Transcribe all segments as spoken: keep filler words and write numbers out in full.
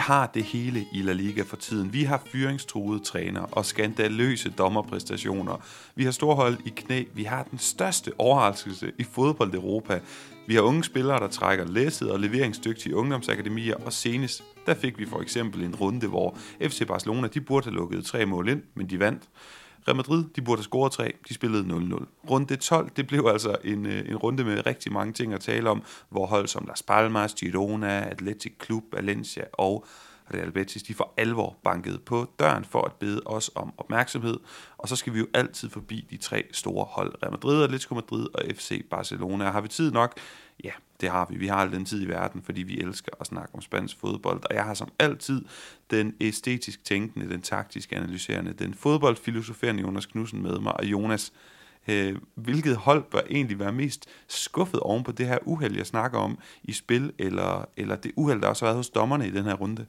har det hele i La Liga for tiden. Vi har fyringstruede træner og skandaløse dommerpræstationer. Vi har storhold i knæ. Vi har den største overraskelse i fodbold Europa. Vi har unge spillere, der trækker læsset og leveringsdygtige ungdomsakademier, og senest, der fik vi for eksempel en runde, hvor F C Barcelona, de burde have lukket tre mål ind, men de vandt. Real Madrid, de burde have scoret tre, de spillede nul nul. Runde tolv, det blev altså en, en runde med rigtig mange ting at tale om, hvor hold som Las Palmas, Girona, Athletic Club, Valencia og Real Betis, de for alvor banket på døren for at bede os om opmærksomhed. Og så skal vi jo altid forbi de tre store hold, Real Madrid, Atletico Madrid og F C Barcelona. Har vi tid nok? Ja, det har vi. Vi har al den tid i verden, fordi vi elsker at snakke om spansk fodbold. Og jeg har som altid den æstetisk tænkende, den taktisk analyserende, den fodboldfilosoferende Jonas Knudsen med mig. Og Jonas, øh, hvilket hold bør egentlig være mest skuffet oven på det her uheld, jeg snakker om i spil, eller, eller det uheld, der også har været hos dommerne i den her runde?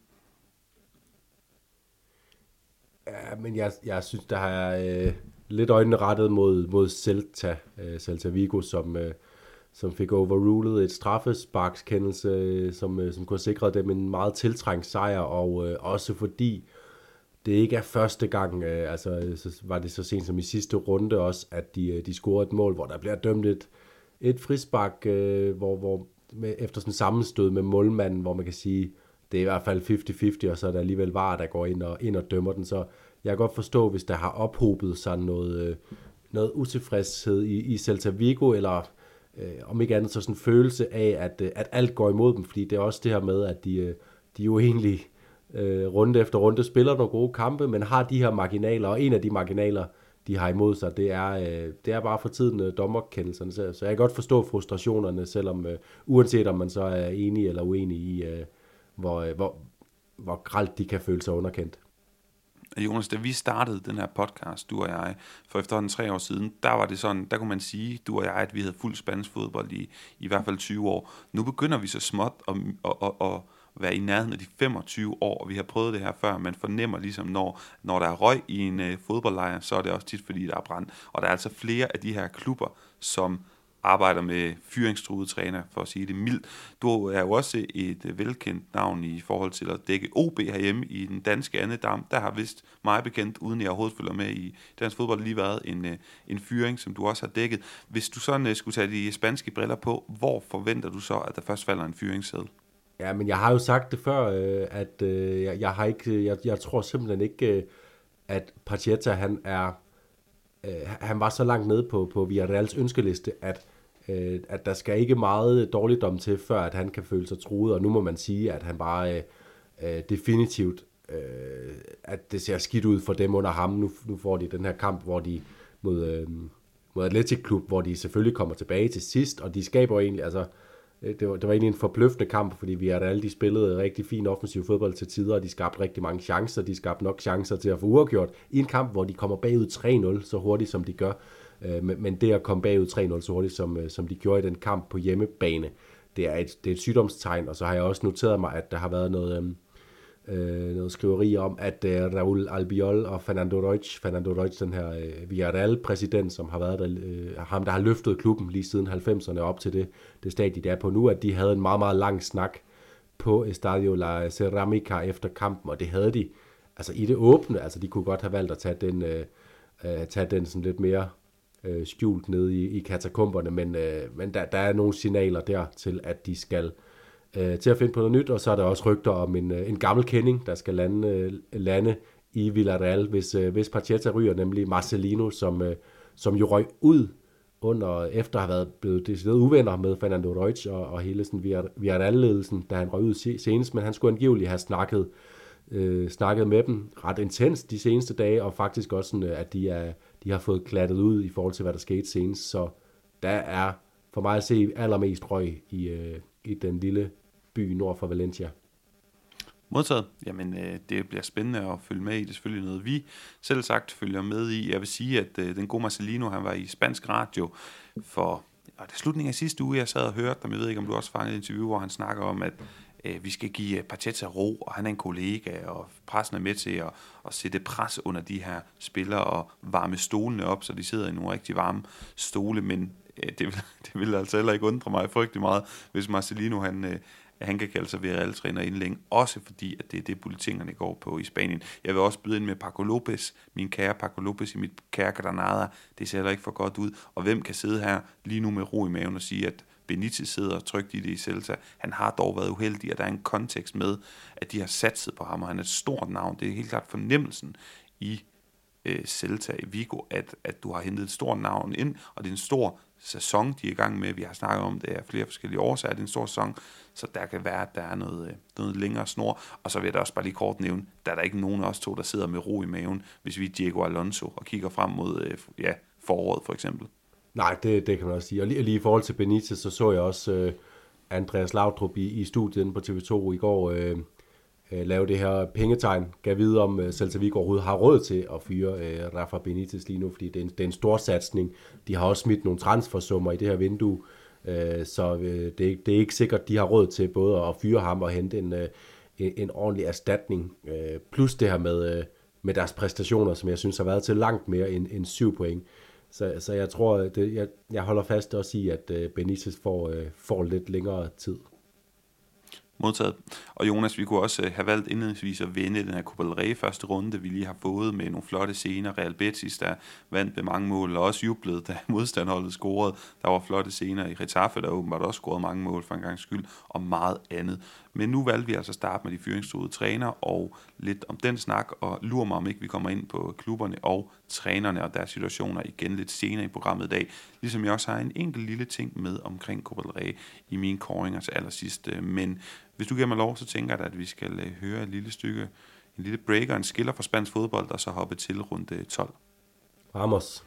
Ja, men jeg, jeg synes, der er øh, lidt øjnene rettet mod, mod Celta, øh, Celta Vigo, som, øh, som fik overrulet et straffesparkskendelse, øh, som, øh, som kunne sikre dem en meget tiltrængt sejr, og øh, også fordi det ikke er første gang, øh, altså så var det så sent som i sidste runde også, at de, de scorede et mål, hvor der bliver dømt et, et frispark, øh, hvor, hvor med, efter sådan en sammenstød med målmanden, hvor man kan sige, det er i hvert fald halvtreds halvtreds, og så er der alligevel V A R, der går ind og, ind og dømmer den. Så jeg kan godt forstå, hvis der har ophobet sig noget, noget utilfredshed i, i Celta Vigo, eller øh, om ikke andet så sådan en følelse af, at, at alt går imod dem, fordi det er også det her med, at de, de jo egentlig øh, runde efter runde spiller nogle gode kampe, men har de her marginaler, og en af de marginaler, de har imod sig, det er, øh, det er bare for tiden øh, dommerkendelserne. Så, så jeg kan godt forstå frustrationerne, selvom øh, uanset om man så er enig eller uenig i, øh, hvor, hvor, hvor grelt de kan føle sig underkendt. Jonas, da vi startede den her podcast, du og jeg, for efterhånden tre år siden, der var det sådan, der kunne man sige, du og jeg, at vi havde fuld spansk fodbold i, i hvert fald tyve år. Nu begynder vi så småt at, at, at, at være i nærheden af de femogtyve år, og vi har prøvet det her før. Man fornemmer ligesom, når, når der er røg i en uh, fodboldlejr, så er det også tit, fordi der er brand. Og der er altså flere af de her klubber, som arbejder med fyringstruede træner, for at sige det mildt. Du er jo også et velkendt navn i forhold til at dække O B herhjemme i den danske andedam. Der har vist meget bekendt, uden jeg overhovedet følger med i dansk fodbold, lige været en, en fyring, som du også har dækket. Hvis du sådan skulle tage de spanske briller på, hvor forventer du så, at der først falder en fyringsseddel? Ja, men jeg har jo sagt det før, at jeg, jeg har ikke, jeg, jeg tror simpelthen ikke, at Pachieta, han er, han var så langt nede på, på Villarreals ønskeliste, at at der skal ikke meget dårligdom til, før at han kan føle sig truet, og nu må man sige, at han bare øh, definitivt, øh, at det ser skidt ud for dem under ham. Nu, nu får de den her kamp, hvor de mod, øh, mod Athletic Club, hvor de selvfølgelig kommer tilbage til sidst, og de skaber egentlig, altså, det var, det var egentlig en forbløffende kamp, fordi vi er alle de spillede rigtig fin offensiv fodbold til tider, og de skabte rigtig mange chancer, de skabte nok chancer til at få uafgjort i en kamp, hvor de kommer bagud tre nul, så hurtigt som de gør. Men det at komme bagud tre nul så hurtigt, som, som de gjorde i den kamp på hjemmebane, det er, et, det er et sygdomstegn. Og så har jeg også noteret mig, at der har været noget, øh, noget skriveri om, at øh, Raúl Albiol og Fernando Roig, Fernando Roig, den her øh, Villarreal-præsident, som har været der, øh, ham, der har løftet klubben lige siden halvfemserne op til det, det stadie, de er på nu, at de havde en meget, meget lang snak på Estadio La Ceramica efter kampen, og det havde de altså i det åbne. Altså de kunne godt have valgt at tage den, øh, tage den sådan lidt mere øh, skjult nede i, i katakomberne, men, øh, men der, der er nogle signaler der til, at de skal øh, til at finde på noget nyt, og så er der også rygter om en, øh, en gammel kending, der skal lande, øh, lande i Villarreal, hvis, øh, hvis Pachieta ryger, nemlig Marcelino, som, øh, som jo røg ud under, efter at have været blevet decideret uvenner med Fernando Roig og, og hele sådan Villarreal-ledelsen, da han røg ud senest, men han skulle angiveligt have snakket, øh, snakket med dem ret intens de seneste dage, og faktisk også sådan, at de, er, de har fået klattet ud i forhold til, hvad der skete senest, så der er for mig at se allermest røg i, øh, i den lille by nord for Valencia. Modtaget. Jamen, øh, det bliver spændende at følge med i. Det er selvfølgelig noget, vi selv sagt følger med i. Jeg vil sige, at øh, den gode Marcelino, han var i spansk radio for ja, det slutningen af sidste uge, jeg sad og hørte dem. Jeg ved ikke, om du også fangede et interview, hvor han snakker om, at øh, vi skal give Pachieta ro, og han er en kollega, og pressen er med til at, at sætte pres under de her spillere og varme stolene op, så de sidder i nogle rigtig varme stole, men øh, det, vil, det vil altså heller ikke undre mig frygtelig meget, hvis Marcelino han, øh, at han kan kalde sig Villarreal-træner inden længe, også fordi, at det er det, politikerne går på i Spanien. Jeg vil også byde ind med Paco Lopez, min kære Paco Lopez i mit kære Granada. Det ser heller ikke for godt ud, og hvem kan sidde her lige nu med ro i maven og sige, at Benitez sidder trygt i det i Celta. Han har dog været uheldig, og der er en kontekst med, at de har satset på ham, og han er et stort navn. Det er helt klart fornemmelsen i øh, Celta i Vigo, at, at du har hentet et stort navn ind, og det er en stor sæson, de er i gang med. Vi har snakket om det af flere forskellige årsager. Det er en stor sæson, så der kan være, at der er noget, noget længere snor. Og så vil jeg da også bare lige kort nævne, der er der ikke nogen af os to, der sidder med ro i maven, hvis vi er Diego Alonso og kigger frem mod øh, ja, foråret for eksempel. Nej, det, det kan man også sige. Og lige, lige i forhold til Benitez, så så jeg også øh, Andreas Laudrup i, i studiet på T V to i går øh, øh, lave det her pengetegn, gav vide om øh, Celta Vigo overhovedet har råd til at fyre øh, Rafa Benitez lige nu, fordi det er, en, det er en stor satsning. De har også smidt nogle transfersummer i det her vindue, øh, så øh, det, er, det er ikke sikkert, at de har råd til både at fyre ham og hente en, øh, en, en ordentlig erstatning. Øh, plus det her med, øh, med deres præstationer, som jeg synes har været til langt mere end, end syv point. Så, så jeg tror, det, jeg, jeg holder fast også i, at uh, Benitez får, uh, får lidt længere tid. Modtaget. Og Jonas, vi kunne også uh, have valgt indledningsvis at vinde den her Copa del Rey første runde, vi lige har fået med nogle flotte scener. Real Betis, der vandt med mange mål, og også jublede, da modstandholdet scorede. Der var flotte scener i Getafe, der åbenbart også scorede mange mål for en gang skyld, og meget andet. Men nu valgte vi altså at starte med de fyringstruede træner, og lidt om den snak, og lurer mig om ikke vi kommer ind på klubberne og trænerne og deres situationer igen lidt senere i programmet i dag. Ligesom jeg også har en enkelt lille ting med omkring Copa del Rey i mine kåringer til allersidst. Men hvis du giver mig lov, så tænker jeg da, at vi skal høre et lille stykke, en lille breaker, en skiller fra spansk fodbold, og så hoppe til runde tolv. Ramos.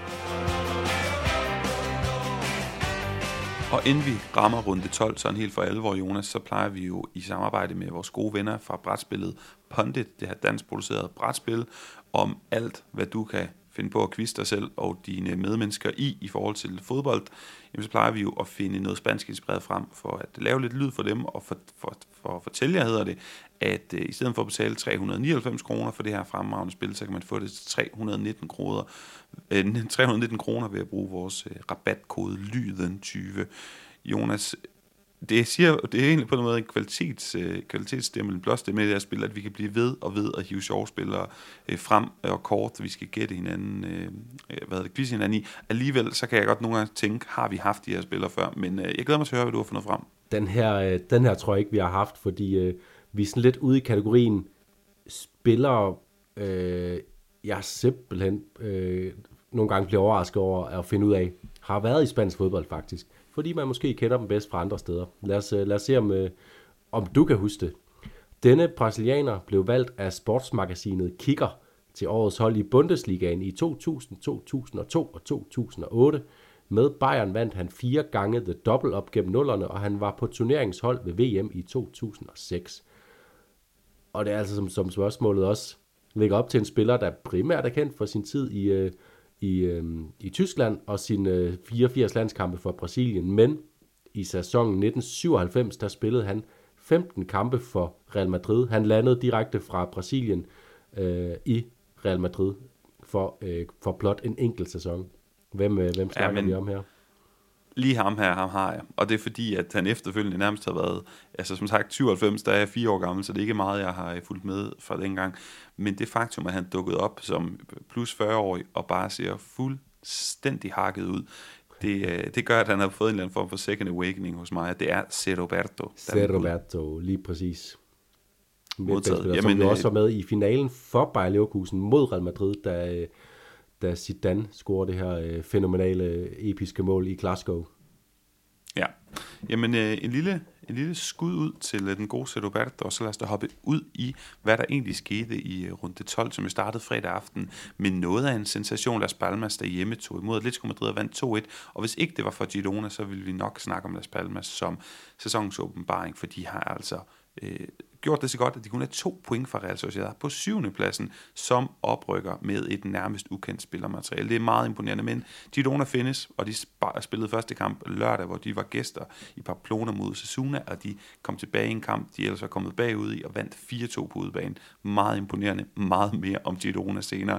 Og inden vi rammer runde tolv, sådan helt for alvor, Jonas, så plejer vi jo i samarbejde med vores gode venner fra brætspillet Pundit, det her dansk produceret brætspil, om alt, hvad du kan finde på at quizze dig selv og dine medmennesker i, i forhold til fodbold, jamen så plejer vi jo at finde noget spansk inspireret frem, for at lave lidt lyd for dem, og for, for, for at fortælle jer, hedder det, at uh, i stedet for at betale tre hundrede og nioghalvfems kroner for det her fremragende spil, så kan man få det til tre hundrede og nitten kroner, øh, tre hundrede og nitten kroner ved at bruge vores uh, rabatkode lyden tyve. Jonas, det, siger, det er egentlig på en måde en kvalitets, øh, kvalitetsstemme, plus det med det her spil, at vi kan blive ved og ved at hive sjove spillere øh, frem og kort, vi skal gætte hinanden, øh, hvad det, quizze hinanden i. Alligevel, så kan jeg godt nogle gange tænke, har vi haft de her spillere før? Men øh, jeg glæder mig til at høre, hvad du har fundet frem. Den her, øh, den her tror jeg ikke, vi har haft, fordi øh, vi er sådan lidt ude i kategorien spillere, øh, jeg simpelthen øh, nogle gange bliver overrasket over at finde ud af, har været i spansk fodbold faktisk. Fordi man måske kender dem bedst fra andre steder. Lad os, lad os se, om, øh, om du kan huske det. Denne brasilianer blev valgt af sportsmagasinet Kicker til årets hold i Bundesligaen i to tusind, to tusind og to og to tusind og otte. Med Bayern vandt han fire gange The Double op gennem nullerne, og han var på turneringshold ved V M i to tusind og seks. Og det er altså som, som spørgsmålet også ligger op til en spiller, der primært er kendt for sin tid i... Øh, I, øh, i Tyskland og sine øh, fireogfirs landskampe for Brasilien, men i sæsonen nitten syvoghalvfems, der spillede han femten kampe for Real Madrid. Han landede direkte fra Brasilien øh, i Real Madrid for, øh, for blot en enkelt sæson. Hvem, øh, hvem snakker ja, men... vi om her? Lige ham her, ham har jeg. Og det er fordi, at han efterfølgende nærmest har været, altså som sagt syvoghalvfems, der er jeg fire år gammel, så det er ikke meget, jeg har fulgt med fra dengang. Men det faktum, at han dukkede op som plus fyrre-årig og bare ser fuldstændig hakket ud, det, det gør, at han har fået en eller anden form for second awakening hos mig, det er C. Roberto. C. Roberto, lige præcis. Modtaget. Jamen, som jo også var med i finalen for Bayer Leverkusen mod Real Madrid, da... da Zidane scorer det her øh, fænomenale, episke mål i Glasgow. Ja, jamen øh, en, lille, en lille skud ud til øh, den gode C. Roberto, og så lad os da hoppe ud i, hvad der egentlig skete i øh, runde tolv, som vi startede fredag aften, med noget af en sensation. Las Palmas derhjemme tog imod Atletico Madrid og vandt to et, og hvis ikke det var for Girona, så ville vi nok snakke om Las Palmas som sæsonens åbenbaring, for de har altså... Øh, gjort det så godt, at de kun er to point fra Real Sociedad på syvende pladsen som oprykker med et nærmest ukendt spillermateriale. Det er meget imponerende, men Girona findes, og de spillede første kamp lørdag, hvor de var gæster i Pamplona mod Osasuna, og de kom tilbage i en kamp, de ellers var kommet bagud i, og vandt fire to på udebane. Meget imponerende, meget mere om Girona senere.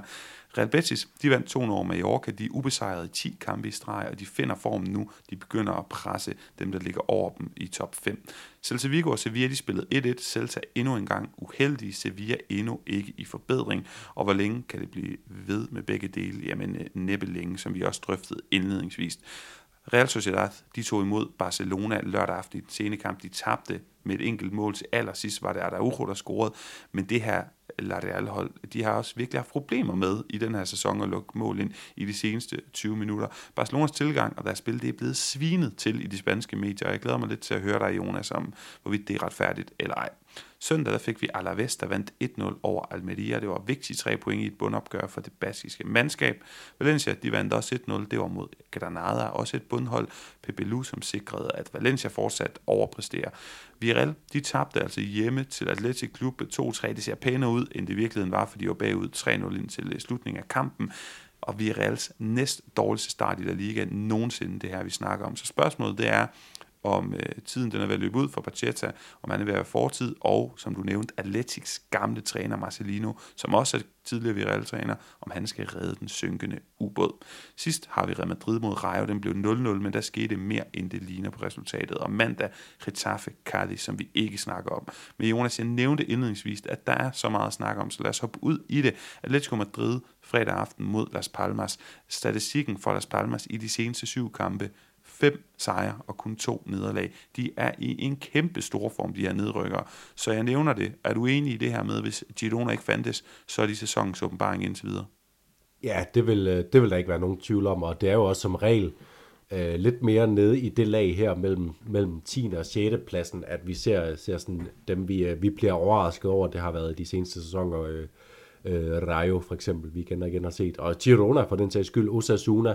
Real Betis, de vandt to nul over Mallorca, de er ubesejrede i ti kampe i streg, og de finder formen nu. De begynder at presse dem, der ligger over dem i top fem. Celta Vigo og Sevilla, de spillede et et. Celta endnu en gang uheldige, Sevilla endnu ikke i forbedring. Og hvor længe kan det blive ved med begge dele? Jamen næppe længe, som vi også drøftede indledningsvis. Real Sociedad, de tog imod Barcelona lørdag aften i den sene kamp. De tabte med et enkelt mål til allersidst, var det Araujo, der scorede. Men det her La Real-hold, de har også virkelig haft problemer med i den her sæson at lukke mål ind i de seneste tyve minutter. Barcelonas tilgang og deres spil, det er blevet svinet til i de spanske medier, og jeg glæder mig lidt til at høre dig, Jonas, om hvorvidt det er retfærdigt eller ej. Søndag der fik vi Alaves, der vandt et nul over Almeria. Det var vigtige tre point i et bundopgør for det baskiske mandskab. Valencia, de vandt også et nul. Det var mod Granada, også et bundhold. Pepe Lu, som sikrede, at Valencia fortsat overpræsterer. Villarreal, de tabte altså hjemme til Athletic Club to tre. Det ser pænere ud, end det i virkeligheden var, fordi de var bagud tre nul indtil slutningen af kampen. Og Villarreals næst dårligste start i La Liga nogensinde, det her vi snakker om. Så spørgsmålet det er, om øh, tiden den er ved at løbe ud for Pacheta, om han er ved at være fortid, og som du nævnte, Atletics gamle træner Marcelino, som også er tidligere Villarreal-træner, om han skal redde den synkende ubåd. Sidst har vi Real Madrid mod Rayo, den blev nul nul, men der skete mere, end det ligner på resultatet. Og mandag, Getafe Cádiz, som vi ikke snakker om. Men Jonas, jeg nævnte indledningsvis, at der er så meget at snakke om, så lad os hoppe ud i det. Atletico Madrid fredag aften mod Las Palmas. Statistikken for Las Palmas i de seneste syv kampe, fem sejre og kun to nederlag. De er i en kæmpe stor form, de her nedrykkere. Så jeg nævner det. Er du enig i det her med, hvis Girona ikke fandtes, så er de sæsonens åbenbaring indtil videre? Ja, det vil, det vil der ikke være nogen tvivl om, og det er jo også som regel øh, lidt mere nede i det lag her mellem, mellem tiende og sjette pladsen, at vi ser, ser sådan, dem, vi, vi bliver overrasket over, det har været de seneste sæsoner. Øh, øh, Rayo for eksempel, vi igen og igen har set, og Girona for den sags skyld, Osasuna,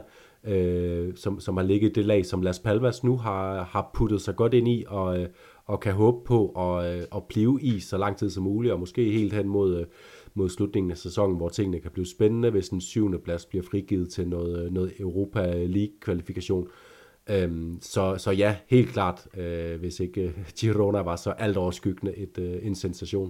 øh, som, som har ligget i det lag, som Las Palmas nu har, har puttet sig godt ind i, og, øh, og kan håbe på at, øh, at blive i så lang tid som muligt, og måske helt hen mod, øh, mod slutningen af sæsonen, hvor tingene kan blive spændende, hvis den syvende plads bliver frigivet til noget, noget Europa League-kvalifikation. Øhm, så, så ja, helt klart, øh, hvis ikke øh, Girona var så alt overskyggende et, øh, en sensation.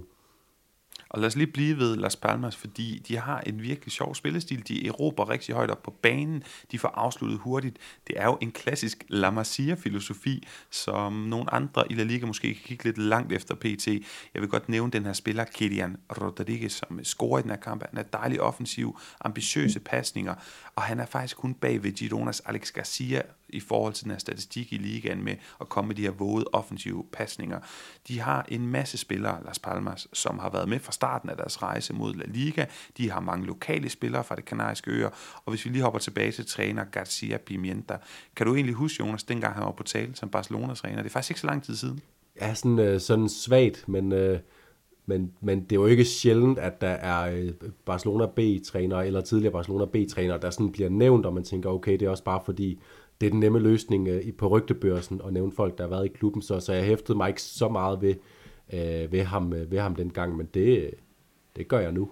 Og lad os lige blive ved Las Palmas, fordi de har en virkelig sjov spillestil. De erobrer rigtig højt op på banen. De får afsluttet hurtigt. Det er jo en klassisk La Masia-filosofi, som nogle andre i La Liga måske kan kigge lidt langt efter P T. Jeg vil godt nævne den her spiller, Kedian Rodriguez, som scorer i den her kamp. Han er dejlig offensiv, ambitiøse pasninger, og han er faktisk kun bag ved Gironas Alex Garcia i forhold til den her statistik i ligaen med at komme med de her vågede offensive pasninger. De har en masse spillere, Las Palmas, som har været med fra starten af deres rejse mod La Liga. De har mange lokale spillere fra det kanariske øer, og hvis vi lige hopper tilbage til træner Garcia Pimienta, kan du egentlig huske, Jonas, dengang han var på tale som Barcelona-træner? Det er faktisk ikke så lang tid siden. Ja, sådan, øh, sådan svagt, men, øh, men, men det er jo ikke sjældent, at der er øh, Barcelona B-trænere eller tidligere Barcelona B-trænere, der sådan bliver nævnt, og man tænker, okay, det er også bare fordi, det er den nemme løsning øh, på rygtebørsen at nævne folk, der har været i klubben, så, så jeg hæftede mig ikke så meget ved, øh, ved, ham, øh, ved ham dengang, men det, det gør jeg nu.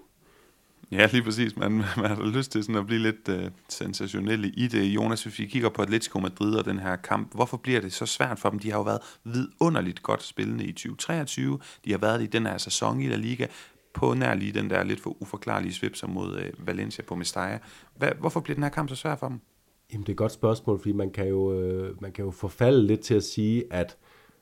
Ja, lige præcis. Man, man har lyst til sådan at blive lidt uh, sensationelle i det. Jonas, hvis vi kigger på Atletico Madrid og den her kamp, hvorfor bliver det så svært for dem? De har jo været vidunderligt godt spillende i tyve treogtyve. De har været i den her sæson i La Liga på nær lige den der lidt for uforklarlige svipser mod uh, Valencia på Mestalla. Hvad, hvorfor bliver den her kamp så svær for dem? Jamen, det er et godt spørgsmål, fordi man kan jo, øh, man kan jo forfalde lidt til at sige, at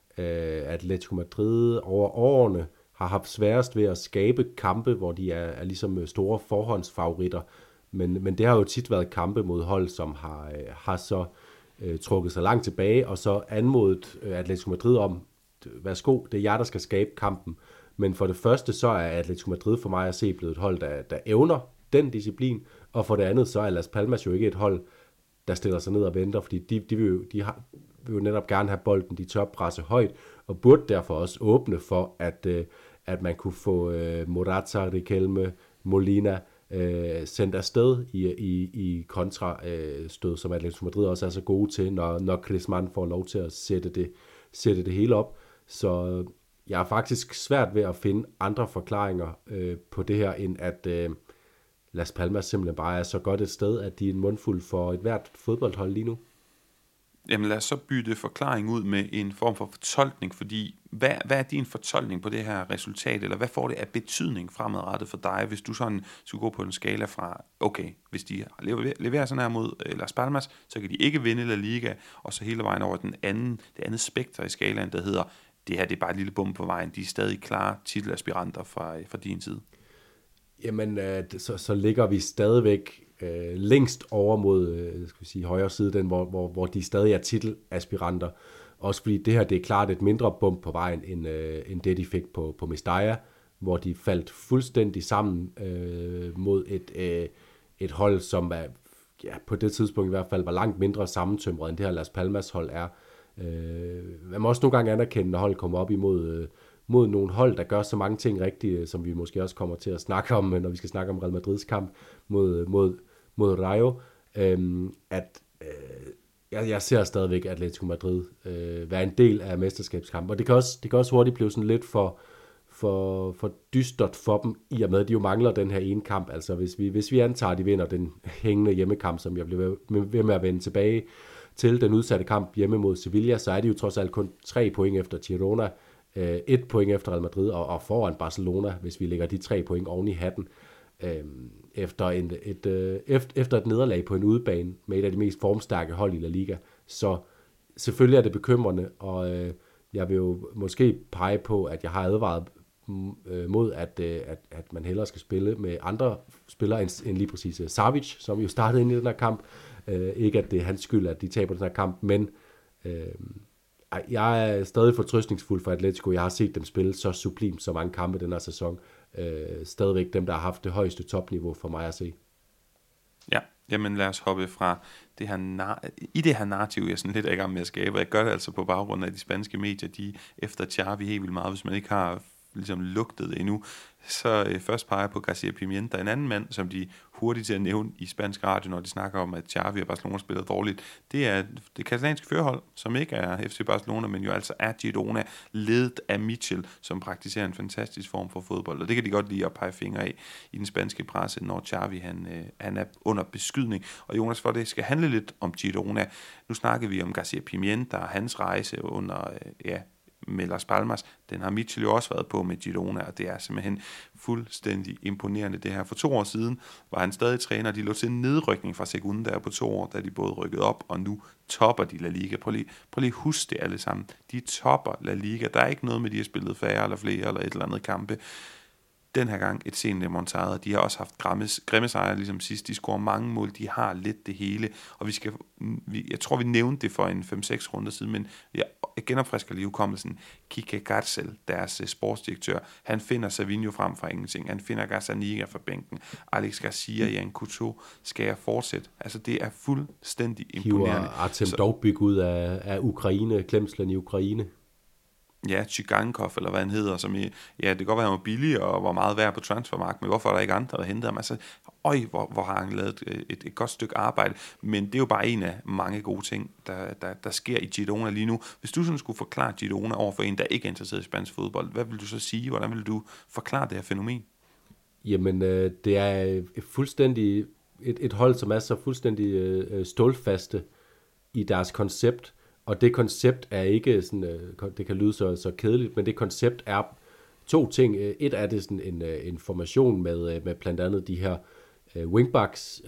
øh, Atletico Madrid over årene har haft sværest ved at skabe kampe, hvor de er, er ligesom store forhåndsfavoritter. Men, men det har jo tit været kampe mod hold, som har, øh, har så øh, trukket sig langt tilbage, og så anmodet øh, Atletico Madrid om, værsgo, det er jer, der skal skabe kampen. Men for det første, så er Atletico Madrid for mig at se blevet et hold, der, der evner den disciplin, og for det andet, så er Las Palmas jo ikke et hold, der stiller sig ned og venter, fordi de, de, vil, jo, de har, vil jo netop gerne have bolden, de tør presse højt, og burde derfor også åbne for, at, øh, at man kunne få øh, Morata, Riquelme, Molina øh, sendt afsted i, i, i kontrastød, øh, som Atletico Madrid også er så gode til, når, når Griezmann får lov til at sætte det, sætte det hele op. Så jeg er faktisk svært ved at finde andre forklaringer øh, på det her, end at øh, Las Palmas simpelthen bare er så godt et sted, at de er en mundfuld for et hvert fodboldhold lige nu. Jamen lad os så bytte forklaring ud med en form for fortolkning, fordi hvad, hvad er din fortolkning på det her resultat, eller hvad får det af betydning fremadrettet for dig, hvis du sådan skulle gå på en skala fra, okay, hvis de leverer sådan her mod Las Palmas, så kan de ikke vinde La Liga, og så hele vejen over den anden, det andet spekter i skalaen, der hedder, det her det er bare et lille bump på vejen, de er stadig klare titelaspiranter fra, fra din side. Jamen, øh, så, så ligger vi stadigvæk øh, længst over mod øh, skal vi sige, højre side, den, hvor, hvor, hvor de stadig er titelaspiranter. Også fordi det her, det er klart et mindre bump på vejen, end, øh, end det, de fik på, på Mestalla, hvor de faldt fuldstændig sammen øh, mod et, øh, et hold, som er, ja, på det tidspunkt i hvert fald var langt mindre sammentømret, end det her Las Palmas hold er. Øh, man må også nogle gange anerkende, når hold kommer op imod... Øh, mod nogle hold, der gør så mange ting rigtigt, som vi måske også kommer til at snakke om, når vi skal snakke om Real Madrids kamp mod, mod, mod Rayo, øhm, at øh, jeg, jeg ser stadigvæk Atletico Madrid øh, være en del af mesterskabskampen, og det kan også, det kan også hurtigt blive sådan lidt for, for, for dystert for dem, i og med, at de jo mangler den her ene kamp. Altså hvis vi, hvis vi antager, at de vinder den hængende hjemmekamp, som jeg bliver ved med at vende tilbage til den udsatte kamp hjemme mod Sevilla, så er de jo trods alt kun tre point efter Girona, et point efter Real Madrid og, og foran Barcelona, hvis vi lægger de tre point oven i hatten, øh, efter, en, et, øh, efter et nederlag på en udebane med et af de mest formstærke hold i La Liga. Så selvfølgelig er det bekymrende, og øh, jeg vil jo måske pege på, at jeg har advaret øh, mod, at, øh, at, at man hellere skal spille med andre spillere end, end lige præcis uh, Savic, som jo startede ind i den her kamp. Øh, ikke at det er hans skyld, at de taber den her kamp, men øh, jeg er stadig fortrøstningsfuld for Atletico. Jeg har set dem spille så sublimt så mange kampe den her sæson. Øh, stadigvæk dem, der har haft det højeste topniveau for mig at se. Ja, jamen lad os hoppe fra det her nar- i det her narrativ, jeg er sådan lidt i gang med at skabe. Jeg gør det altså på baggrund af de spanske medier, de efter Xavi helt vildt meget, hvis man ikke har ligesom lugtet det endnu. Så øh, først peger på Garcia Pimienta, en anden mand, som de hurtigt til at nævne i spansk radio, når de snakker om, at Xavi og Barcelona spiller dårligt. Det er det katalanske førhold, som ikke er F C Barcelona, men jo altså er Girona, ledet af Mitchell, som praktiserer en fantastisk form for fodbold. Og det kan de godt lide at pege fingre af i den spanske presse, når Xavi han, øh, han er under beskydning. Og Jonas, for det skal handle lidt om Girona. Nu snakker vi om Garcia Pimienta og hans rejse under, øh, ja, med Las Palmas, den har Mitchell jo også været på med Girona, og det er simpelthen fuldstændig imponerende det her. For to år siden var han stadig træner, de lå til en nedrykning fra Segunda der på to år, da de både rykkede op, og nu topper de La Liga. Prøv lige, prøv lige husk det alle sammen. De topper La Liga. Der er ikke noget med, de har spillet færre eller flere eller et eller andet kampe. Den her gang et sent remontade. De har også haft grimme, grimme sejre ligesom sidst. De scorer mange mål. De har lidt det hele. Og vi skal, vi, jeg tror, vi nævnte det for en fem seks runder siden, men jeg genopfrisker lige hukommelsen. Kike Garzel, deres sportsdirektør, han finder Savinho frem fra ingenting. Han finder Gazzaniga fra bænken. Alex Garcia, Jan Couto. Skal jeg fortsætte? Altså, det er fuldstændig imponerende. Hiver Artem Dovbyk ud af, af Ukraine, Klemsland i Ukraine. Ja, Chigankov, eller hvad han hedder, som i, ja, det kan godt være, han var billig og var meget værd på transfermarkedet, men hvorfor er der ikke andre, der hentede ham? Altså, øj, hvor, hvor har han lavet et, et, et godt stykke arbejde, men det er jo bare en af mange gode ting, der, der, der sker i Girona lige nu. Hvis du sådan skulle forklare Girona over for en, der ikke er interesseret i spansk fodbold, hvad vil du så sige? Hvordan vil du forklare det her fænomen? Jamen, øh, det er fuldstændig et, et hold, som er så fuldstændig øh, stålfaste i deres koncept. Og det koncept er ikke sådan, det kan lyde så, så kedeligt, men det koncept er to ting. Et er det sådan en, en formation med, med blandt andet de her wingbacks.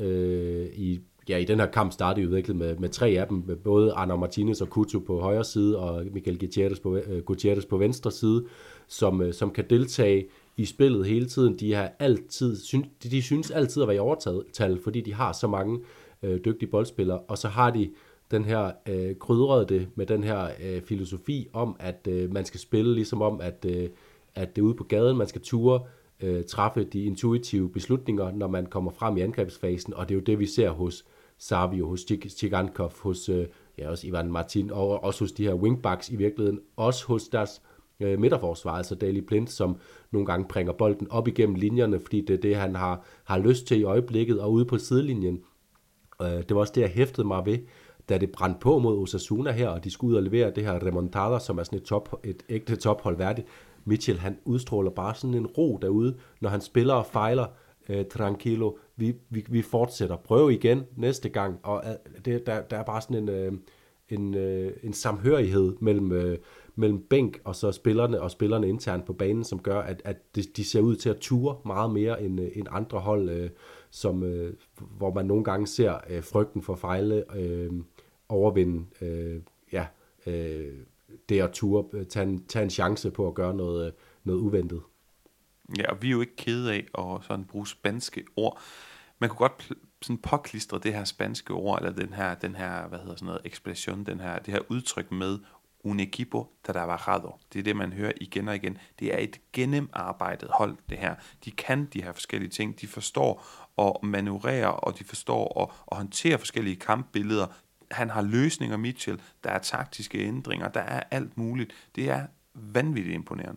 I, ja, i den her kamp startede udviklet med, med tre af dem, med både Arnau Martinez og Couto på højre side, og Miguel Gutierrez på, Gutierrez på venstre side, som, som kan deltage i spillet hele tiden. De, har altid, de, de synes altid at være i overtal, fordi de har så mange øh, dygtige boldspillere, og så har de den her øh, krydrede det med den her øh, filosofi om, at øh, man skal spille ligesom om, at, øh, at det er ude på gaden, man skal ture øh, træffe de intuitive beslutninger, når man kommer frem i angrebsfasen, og det er jo det, vi ser hos Savio, hos Chigankov, hos øh, ja, også Ivan Martin, og også hos de her wingbacks i virkeligheden, også hos deres øh, midterforsvar, altså Daley Blind, som nogle gange bringer bolden op igennem linjerne, fordi det er det, han har, har lyst til i øjeblikket, og ude på sidelinjen. Øh, det var også det, jeg hæftede mig ved, da det brændte på mod Osasuna her, og de skulle ud og levere det her remontada, som er sådan et, top, et ægte tophold værdigt. Mitchell, han udstråler bare sådan en ro derude, når han spiller og fejler øh, tranquilo. Vi, vi, vi fortsætter. Prøv igen næste gang. Og øh, det, der, der er bare sådan en, øh, en, øh, en samhørighed mellem, øh, mellem bænk og så spillerne og spillerne internt på banen, som gør, at, at de, de ser ud til at ture meget mere end, øh, end andre hold, øh, som, øh, hvor man nogle gange ser øh, frygten for fejle øh, overvinde øh, ja, øh, det at ture, tage en, tage en chance på at gøre noget, noget uventet. Ja, og vi er jo ikke kede af at sådan bruge spanske ord. Man kunne godt sådan påklistre det her spanske ord, eller den her, den her hvad hedder sådan noget, ekspression, den her, det her udtryk med un equipo trabajado. Det er det, man hører igen og igen. Det er et gennemarbejdet hold, det her. De kan de her forskellige ting. De forstår at manøvrere, og de forstår at, at håndtere forskellige kampbilleder. Han har løsninger, Mitchell. Der er taktiske ændringer. Der er alt muligt. Det er vanvittigt imponerende.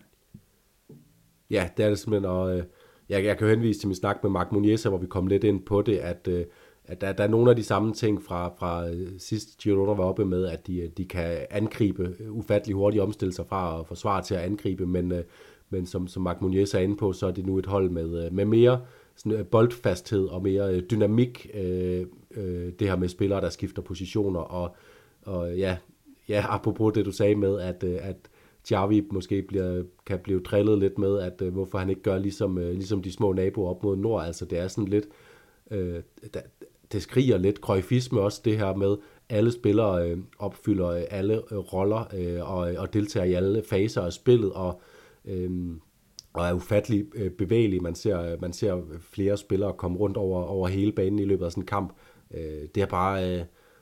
Ja, det er det simpelthen, og øh, jeg, jeg kan jo henvise til min snak med Marc Muniesa, hvor vi kom lidt ind på det, at, øh, at der, der er nogle af de samme ting fra, fra øh, sidst Girona var oppe med, at de, de kan angribe, ufattelig hurtigt omstille sig fra at forsvare til at angribe, men, øh, men som, som Marc Muniesa er inde på, så er det nu et hold med, øh, med mere sådan, øh, boldfasthed og mere øh, dynamik, øh, øh, det her med spillere, der skifter positioner, og, og ja, ja, apropos det du sagde med, at, øh, at Xavi måske bliver, kan blive drillet lidt med, at øh, hvorfor han ikke gør ligesom, øh, ligesom de små naboer op mod nord. Altså det er sådan lidt, øh, der, det skriger lidt cruyffisme også, det her med, alle spillere øh, opfylder øh, alle øh, roller øh, og, og deltager i alle faser af spillet, og, øh, og er ufattelig øh, bevægelig. Man ser, man ser flere spillere komme rundt over, over hele banen i løbet af sådan en kamp. Øh, det er bare... Øh,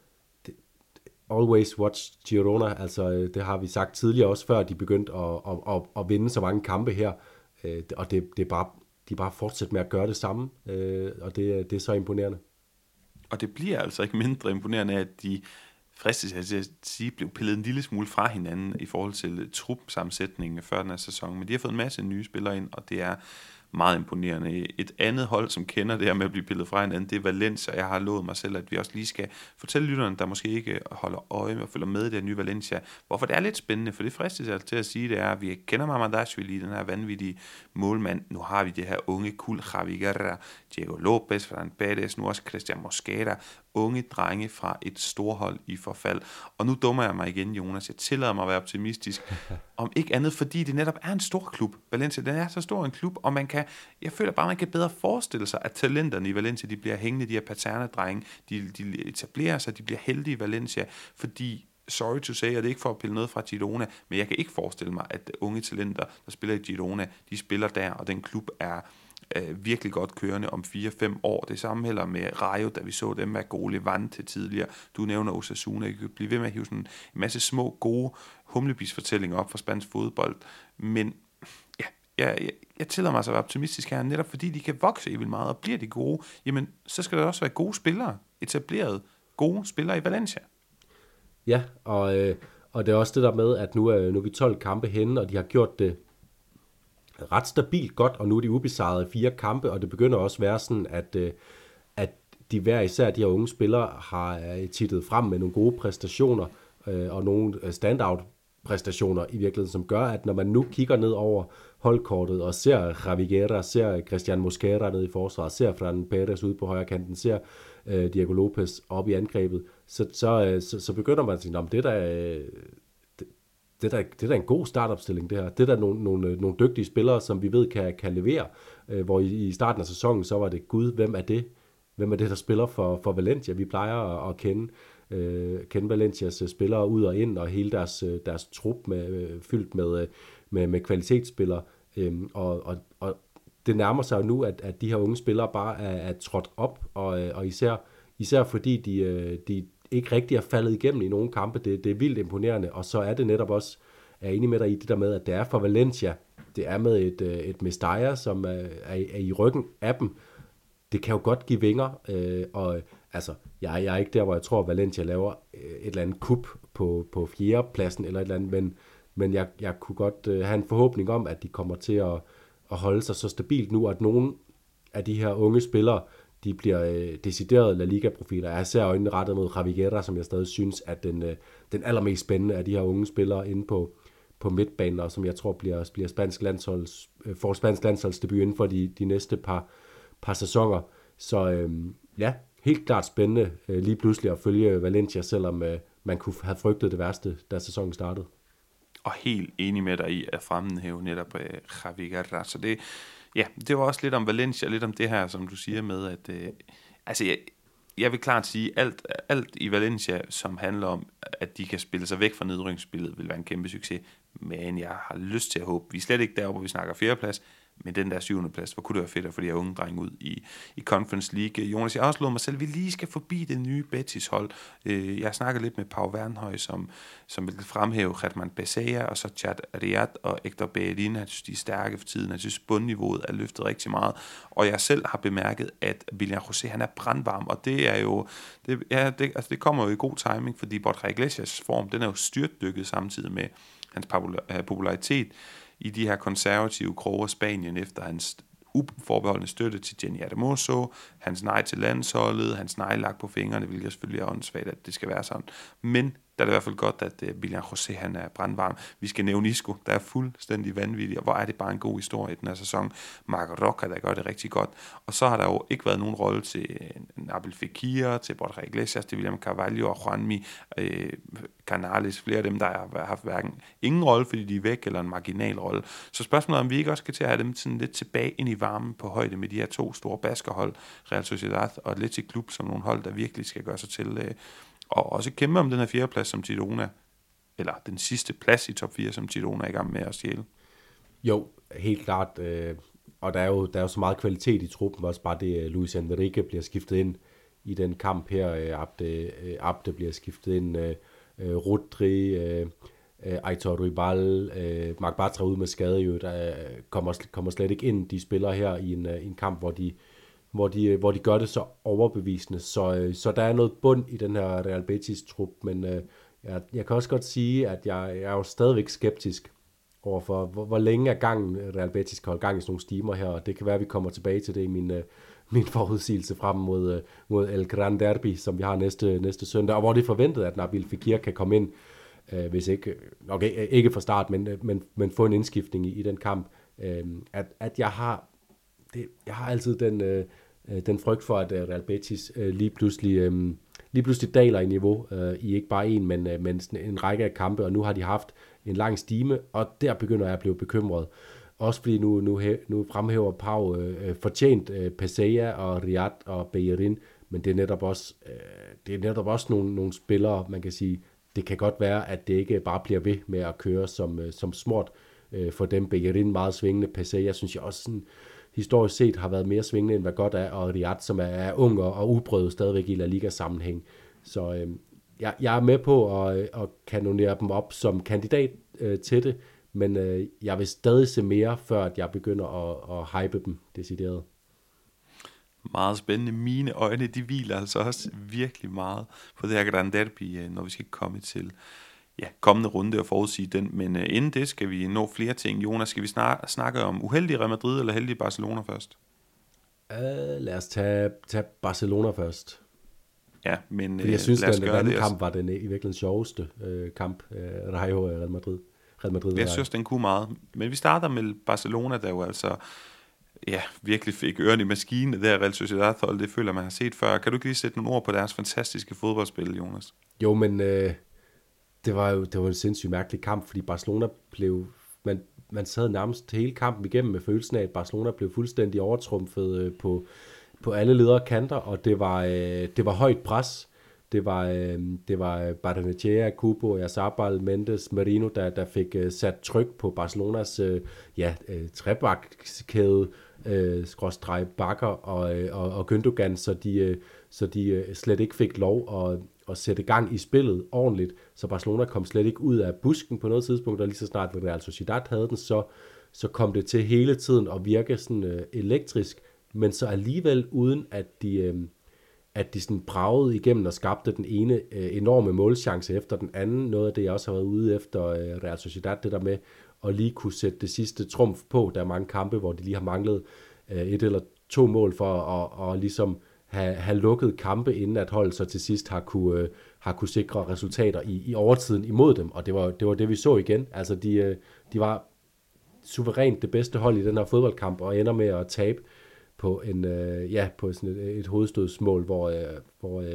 Always watch Girona, altså det har vi sagt tidligere også, før de begyndte at, at, at, at vinde så mange kampe her, og det, det er bare, de bare fortsætter med at gøre det samme, og det, det er så imponerende. Og det bliver altså ikke mindre imponerende, at de fristes til at sige, blev pillet en lille smule fra hinanden i forhold til trupsammensætningen før den her sæson, men de har fået en masse nye spillere ind, og det er meget imponerende. Et andet hold, som kender det her med at blive pillet fra hinanden, det er Valencia. Jeg har lovet mig selv, at vi også lige skal fortælle lytterne, der måske ikke holder øje og følger med i det her nye Valencia, hvorfor det er lidt spændende, for det fristes altså til at sige, det er, at vi kender Mamardashvili, den her vanvittige målmand. Nu har vi det her unge kul, Javi Guerra, Diego Lopez, Ferran Perez, nu også Christian Mosquera, unge drenge fra et storhold i forfald. Og nu dummer jeg mig igen, Jonas. Jeg tillader mig at være optimistisk. Om ikke andet, fordi det netop er en stor klub. Valencia, den er så stor en klub, og man kan, jeg føler bare, man kan bedre forestille sig, at talenterne i Valencia, de bliver hængende, de her Paterna-drenge, de, de etablerer sig, de bliver heldige i Valencia, fordi sorry to say, og det er ikke for at pille noget fra Girona, men jeg kan ikke forestille mig, at unge talenter, der spiller i Girona, de spiller der, og den klub er øh, virkelig godt kørende om fire fem år. Det samme heller med Rayo, da vi så dem med Gole Vand til tidligere. Du nævner Osasuna, jeg kan blive ved med at hive sådan en masse små, gode humlebisfortællinger op fra spansk fodbold, men ja, jeg, jeg, jeg tillader mig så at være optimistisk her, netop fordi de kan vokse i vildt meget, og bliver de gode, jamen så skal der også være gode spillere, etablerede gode spillere i Valencia. Ja, og, øh, og det er også det der med, at nu er, nu er vi tolv kampe henne, og de har gjort det ret stabilt godt, og nu er de ubesejrede fire kampe, og det begynder også at være sådan, at, øh, at de hver især, de her unge spillere, har tittet frem med nogle gode præstationer, øh, og nogle standout præstationer i virkeligheden, som gør, at når man nu kigger ned over holdkortet, og ser Javi Guerra, ser Christian Mosquera nede i forsvaret, ser Ferran Perez ude på højre kanten, ser øh, Diego Lopez op i angrebet, så, så, så, så begynder man at sige, det er da, det, det, er da, det er da en god startopstilling, det her. Det er da nogle, nogle, nogle dygtige spillere, som vi ved kan, kan levere, øh, hvor i, i starten af sæsonen, så var det, gud, hvem er det? Hvem er det, der spiller for, for Valencia? Vi plejer at, at kende øh, kende Valencias spillere ud og ind, og hele deres, deres trup med, øh, fyldt med, med, med kvalitetsspillere. Øhm, og, og, og det nærmer sig jo nu, at, at de her unge spillere bare er, er trådt op, og, og især, især fordi de, de ikke rigtig er faldet igennem i nogle kampe. Det, det er vildt imponerende, og så er det netop også, jeg er enig med dig i det der med, at det er for Valencia, det er med et, et Mestalla, som er, er, er i ryggen af dem. Det kan jo godt give vinger, øh, og altså, jeg, jeg er ikke der, hvor jeg tror, at Valencia laver et eller andet kup på, på fjerdepladsen, eller et eller andet, men, men jeg, jeg kunne godt øh, have en forhåbning om, at de kommer til at, at holde sig så stabilt nu, at nogle af de her unge spillere, de bliver øh, deciderede La Liga-profiler. Jeg ser øjnene rettet mod Javi Guerra, som jeg stadig synes, at den, øh, den allermest spændende af de her unge spillere inde på, på midtbanen, og som jeg tror bliver, bliver spansk landsholds, øh, får spansk landsholdsdebut inden for de, de næste par, par sæsoner. Så øh, ja, helt klart spændende øh, lige pludselig at følge Valencia, selvom øh, man kunne have frygtet det værste, da sæsonen startede. Og helt enig med dig i at fremhæve netop øh, Javi Guerra. Så det, ja, det var også lidt om Valencia, lidt om det her, som du siger med, at øh, altså jeg, jeg vil klart sige, alt, alt i Valencia, som handler om, at de kan spille sig væk fra nedrykningsspillet, vil være en kæmpe succes. Men jeg har lyst til at håbe, vi er slet ikke deroppe, hvor vi snakker fjerdeplads, men den der syvende plads, hvor kunne det være fedt at få de her unge drenge ud i, i Conference League. Jonas, jeg har også lovet mig selv, at vi lige skal forbi det nye Betis-hold. Øh, jeg snakker lidt med Pau Wernhøj, som, som vil fremhæve Germán Becerra, og så Chad Riyad og Hector Bellerin. Jeg synes, de er stærke for tiden. Jeg synes, bundniveauet er løftet rigtig meget. Og jeg selv har bemærket, at Willian José, han er brandvarm, og det er jo, det, ja, det, altså det kommer jo i god timing, fordi Borja Iglesias form, den er jo styrtdykket samtidig med hans popularitet i de her konservative kroge af Spanien, efter hans uforbeholdende støtte til Jenny Hermoso, hans nej til landsholdet, hans nej lagt på fingrene, hvilket selvfølgelig er åndssvagt, at det skal være sådan. Men der er det i hvert fald godt, at uh, Willian José, han er brandvarm. Vi skal nævne Isco, der er fuldstændig vanvittig, og hvor er det bare en god historie i den her sæson. Marc Roca, der gør det rigtig godt. Og så har der jo ikke været nogen rolle til Nabil Fekir, til Borja Iglesias, til William Carvalho og Juanmi øh, Canales, flere af dem, der har haft hverken ingen rolle, fordi de er væk, eller en marginal rolle. Så spørgsmålet er, om vi ikke også skal til at have dem sådan lidt tilbage ind i varmen på højde med de her to store baskerhold, Real Sociedad og Athletic Club, som nogle hold, der virkelig skal gøre sig til øh, og også kæmpe om den her fjerdeplads, som Girona, eller den sidste plads i top fire, som Girona er i gang med at stjæle. Jo, helt klart. Øh, og der er, jo, der er jo så meget kvalitet i truppen, også bare det, Luis Enrique bliver skiftet ind i den kamp her. Øh, Abde, øh, Abde bliver skiftet ind. Øh, øh, Rodri, øh, øh, Aitor Ribal, øh, Marc Bartra ud med skade, jo, der kommer, kommer slet ikke ind, de spiller her i en, i en kamp, hvor de Hvor de, hvor de gør det så overbevisende. Så, så der er noget bund i den her Real Betis-trup, men øh, jeg, jeg kan også godt sige, at jeg, jeg er jo stadigvæk skeptisk overfor, hvor, hvor længe er gangen Real Betis kan holde gang i sådan nogle stimer her, og det kan være, at vi kommer tilbage til det i min, øh, min forudsigelse frem mod, øh, mod El Gran Derby, som vi har næste, næste søndag, og hvor det er forventet, at Nabil Fekir kan komme ind, øh, hvis ikke, okay, ikke fra start, men, men, men få en indskiftning i, i den kamp. Øh, at, at jeg har, det, jeg har altid den... Øh, den frygt for, at Real Betis uh, lige pludselig um, lige pludselig daler i niveau uh, i ikke bare en, men, uh, men en række af kampe, og nu har de haft en lang stime, og der begynder jeg at blive bekymret. Også fordi nu, nu, nu fremhæver Pau uh, fortjent uh, Pesea og Riyad og Bellerin, men det er netop også, uh, det er netop også nogle, nogle spillere, man kan sige, det kan godt være, at det ikke bare bliver ved med at køre som, uh, som smart uh, for dem. Bellerin meget svingende, Pesea synes jeg også sådan, historisk set har været mere svingende, end hvad godt er, og Riyad, som er, er ung og, og uprøvet stadigvæk i La Liga-sammenhæng. Så øh, jeg, jeg er med på at, at kanonere dem op som kandidat øh, til det, men øh, jeg vil stadig se mere, før at jeg begynder at, at hype dem decideret. Meget spændende. Mine øjne, de hviler altså også virkelig meget på det her Gran Derby, når vi skal komme til ja, kommende runde og forudsige den, men uh, inden det skal vi nå flere ting. Jonas, skal vi snak- snakke om uheldig Real Madrid eller heldig Barcelona først? Uh, lad os tage, tage Barcelona først. Ja, men Fordi jeg synes, lad os at den gøre anden det. kamp var den i virkeligheden sjoveste uh, kamp, uh, Rayo Real Madrid. Real Madrid jeg synes, den kunne meget. Men vi starter med Barcelona, der jo altså ja, virkelig fik ørerne i maskinen. Det her Real Sociedad-hold, det føler man har set før. Kan du ikke lige sætte nogle ord på deres fantastiske fodboldspil, Jonas? Jo, men uh, det var jo det var en sindssygt mærkelig kamp, fordi Barcelona blev... Man, man sad nærmest hele kampen igennem med følelsen af, at Barcelona blev fuldstændig overtrumfet øh, på, på alle ledere kanter, og det var, øh, det var højt pres. Det var, øh, det var Barrenechea, Kubo, Oyarzabal, Mendes, Merino, der, der fik øh, sat tryk på Barcelonas øh, ja, øh, trebakkæde, øh, skråstreg bakker og, øh, og, og Gündogan, så de, øh, så de øh, slet ikke fik lov at, at sætte gang i spillet ordentligt, så Barcelona kom slet ikke ud af busken på noget tidspunkt, og lige så snart Real Sociedad havde den, så, så kom det til hele tiden at virke sådan øh, elektrisk, men så alligevel uden at de, øh, at de sådan bragede igennem og skabte den ene øh, enorme målchance efter den anden. Noget af det, jeg også har været ude efter øh, Real Sociedad, det der med at lige kunne sætte det sidste trumf på. Der er mange kampe, hvor de lige har manglet øh, et eller to mål for at, at ligesom have, have lukket kampe, inden at holdet så til sidst har kunne, øh, har kunne sikre resultater i, i overtiden imod dem. Og det var, det var det, vi så igen. Altså, de, øh, de var suverænt det bedste hold i den her fodboldkamp, og ender med at tabe på en øh, ja på sådan et, et hovedstødsmål, hvor øh, hvor øh,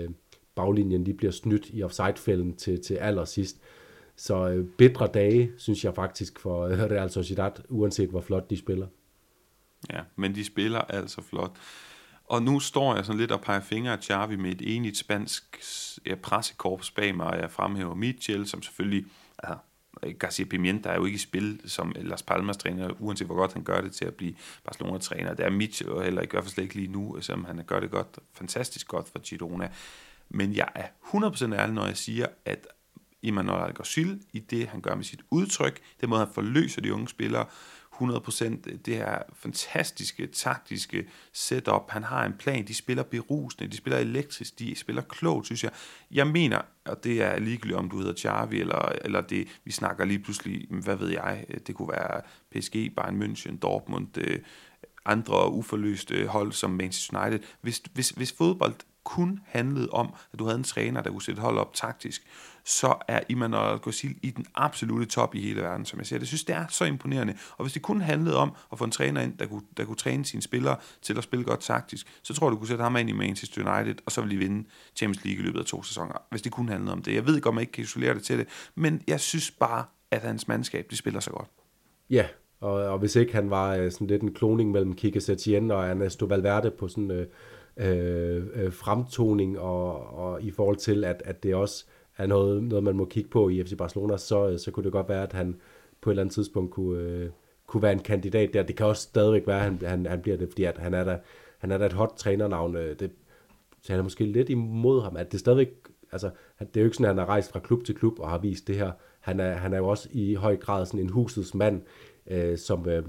baglinjen lige bliver snydt i offside-fælden til, til allersidst. Så øh, bedre dage, synes jeg faktisk, for Real Sociedad, uanset hvor flot de spiller. Ja, men de spiller altså flot. Og nu står jeg sådan lidt og peger fingre af Xavi med et enigt spansk ja, pressekorps bag mig, og jeg fremhæver Mitchell, som selvfølgelig, altså, Garcia Pimienta er jo ikke i spil som Las Palmas træner, uanset hvor godt han gør det til at blive Barcelona-træner. Det er Mitchell og heller ikke, i hvert fald slet ikke lige nu, selvom han gør det godt, fantastisk godt for Girona. Men jeg er hundrede procent ærlig, når jeg siger, at Imanol Alguacil, i det han gør med sit udtryk, den måde han forløser de unge spillere, hundrede procent det her fantastiske, taktiske setup. Han har en plan, de spiller berusende, de spiller elektrisk, de spiller klogt, synes jeg. Jeg mener, og det er ligegyldigt, om du hedder Xavi, eller, eller det, vi snakker lige pludselig, hvad ved jeg, det kunne være P S G, Bayern München, Dortmund, andre uforløste hold som Manchester United. Hvis, hvis, hvis fodbold kun handlede om, at du havde en træner, der kunne sætte hold op taktisk, så er Imanol Alguacil i den absolute top i hele verden, som jeg siger. Det synes, det er så imponerende. Og hvis det kun handlede om at få en træner ind, der kunne, der kunne træne sine spillere til at spille godt taktisk, så tror jeg, du kunne sætte ham ind i Manchester United, og så ville de vinde Champions League i løbet af to sæsoner, hvis det kun handlede om det. Jeg ved godt, man ikke kan isolere det til det, men jeg synes bare, at hans mandskab, de spiller så godt. Ja, og, og hvis ikke han var sådan lidt en kloning mellem Quique Setién og Ernesto Valverde på sådan øh, øh, fremtoning, og, og i forhold til, at, at det også er noget, noget, man må kigge på i F C Barcelona, så, så kunne det godt være, at han på et eller andet tidspunkt kunne, øh, kunne være en kandidat der. Det kan også stadigvæk være, at han, han, han bliver det, fordi at han er da, han er da et hot trænernavn. Det taler måske lidt imod ham, at det stadigvæk, altså, det er jo ikke sådan, at han har rejst fra klub til klub og har vist det her. Han er, han er jo også i høj grad sådan en husets mand, øh, som, øh,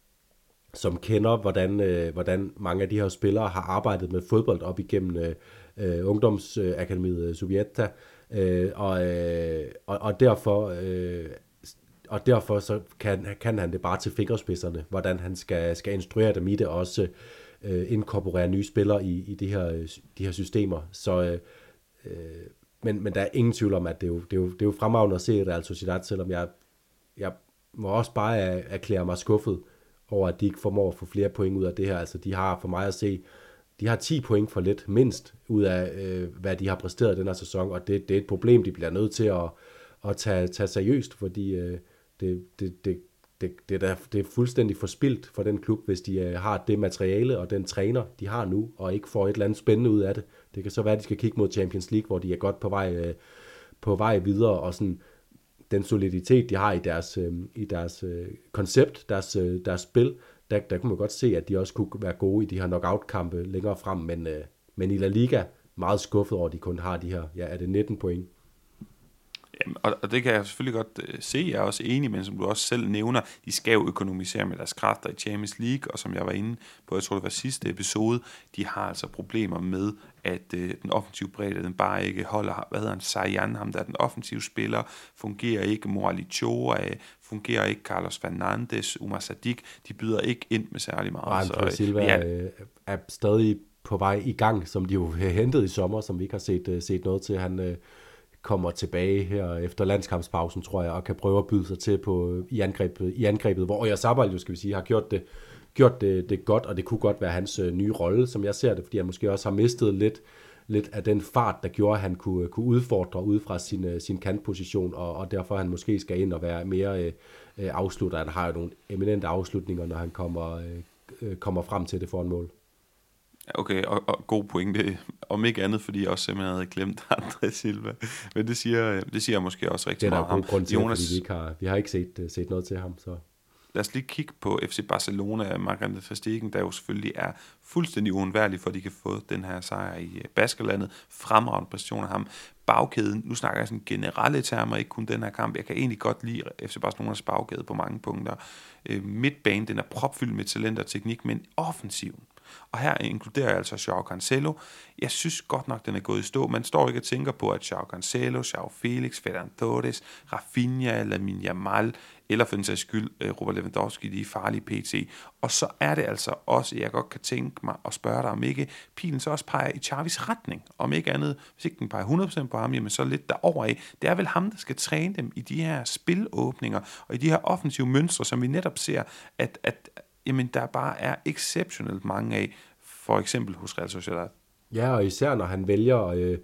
som kender, hvordan, øh, hvordan mange af de her spillere har arbejdet med fodbold op igennem øh, øh, ungdomsakademiet øh, Zubieta. Øh, og, øh, og, og derfor øh, og derfor så kan, kan han det bare til fingerspidserne, hvordan han skal, skal instruere dem i det, og også øh, inkorporere nye spillere i, i de, her, de her systemer. Så, øh, men, men der er ingen tvivl om, at det er jo, det er jo, det er jo fremragende at se Real Sociedad, selvom jeg, jeg må også bare erklære mig skuffet over, at de ikke formår at få flere point ud af det her. Altså de har for mig at se, de har ti point for lidt, mindst, ud af, øh, hvad de har præsteret den her sæson, og det, det er et problem, de bliver nødt til at, at tage, tage seriøst, fordi øh, det, det, det, det, det, er, det er fuldstændig forspildt for den klub, hvis de øh, har det materiale og den træner, de har nu, og ikke får et eller andet spændende ud af det. Det kan så være, at de skal kigge mod Champions League, hvor de er godt på vej, øh, på vej videre, og sådan den soliditet, de har i deres, øh, i deres øh, koncept, deres, øh, deres spil, Der, der kunne man godt se, at de også kunne være gode i de her knockout-kampe længere frem, men, øh, men i La Liga meget skuffet over, at de kun har de her, ja, er det nitten point? Jamen, og, og det kan jeg selvfølgelig godt øh, se, jeg er også enig, men som du også selv nævner, de skal jo økonomisere med deres kræfter i Champions League, og som jeg var inde på, jeg tror det var sidste episode, de har altså problemer med, at øh, den offensive bredde, den bare ikke holder, hvad hedder han, Sayan, ham der er den offensive spiller, fungerer ikke, Morali Choa, fungerer ikke, Carlos Fernandes, Umar Sadik, de byder ikke ind med særlig meget. Og André Silva ja, øh, er stadig på vej i gang, som de jo hentede i sommer, som vi ikke har set, set noget til. Han øh, kommer tilbage her efter landskampspausen, tror jeg, og kan prøve at byde sig til på, i, angrebet, i angrebet, hvor Oyarzabal jo, skal vi sige, har gjort det, gjort det, det godt, og det kunne godt være hans øh, nye rolle, som jeg ser det, fordi han måske også har mistet lidt, lidt af den fart, der gjorde, at han kunne, kunne udfordre ud fra sin, sin kantposition, og, og derfor han måske skal ind og være mere øh, afslutter. Han har jo nogle eminente afslutninger, når han kommer, øh, kommer frem til det foran mål. Okay, og, og god pointe, om ikke andet, fordi jeg også simpelthen havde glemt André Silva, men det siger, det siger jeg måske også rigtig meget om ham. Det er der god grund til, Jonas, fordi vi, ikke har, vi har ikke set, set noget til ham, så... Lad os lige kigge på F C Barcelona, Marc-André ter Stegen, der jo selvfølgelig er fuldstændig uundværlig, for at de kan få den her sejr i Baskerlandet. Fremragende præstation af ham. Bagkæden, nu snakker jeg sådan generelle termer, ikke kun den her kamp. Jeg kan egentlig godt lide F C Barcelonas bagkæde på mange punkter. Midtbanen, den er propfyldt med talent og teknik, men offensiven. Og her inkluderer jeg altså Joao Cancelo. Jeg synes godt nok, den er gået i stå. Man står ikke og tænker på, at Joao Cancelo, Joao Felix, Ferran Torres, Rafinha, Lamine Yamal, eller for den sags skyld, Robert Lewandowski, de er farlige pt. Og så er det altså også, jeg godt kan tænke mig at spørge dig, om ikke pilen så også peger i Xavis retning. Om ikke andet, hvis ikke den peger hundrede procent på ham, jamen så lidt derover af. Det er vel ham, der skal træne dem i de her spilåbninger, og i de her offensive mønstre, som vi netop ser, at, at jamen, der bare er exceptionelt mange af, for eksempel hos Real Sociedad. Ja, og især når han vælger, øh,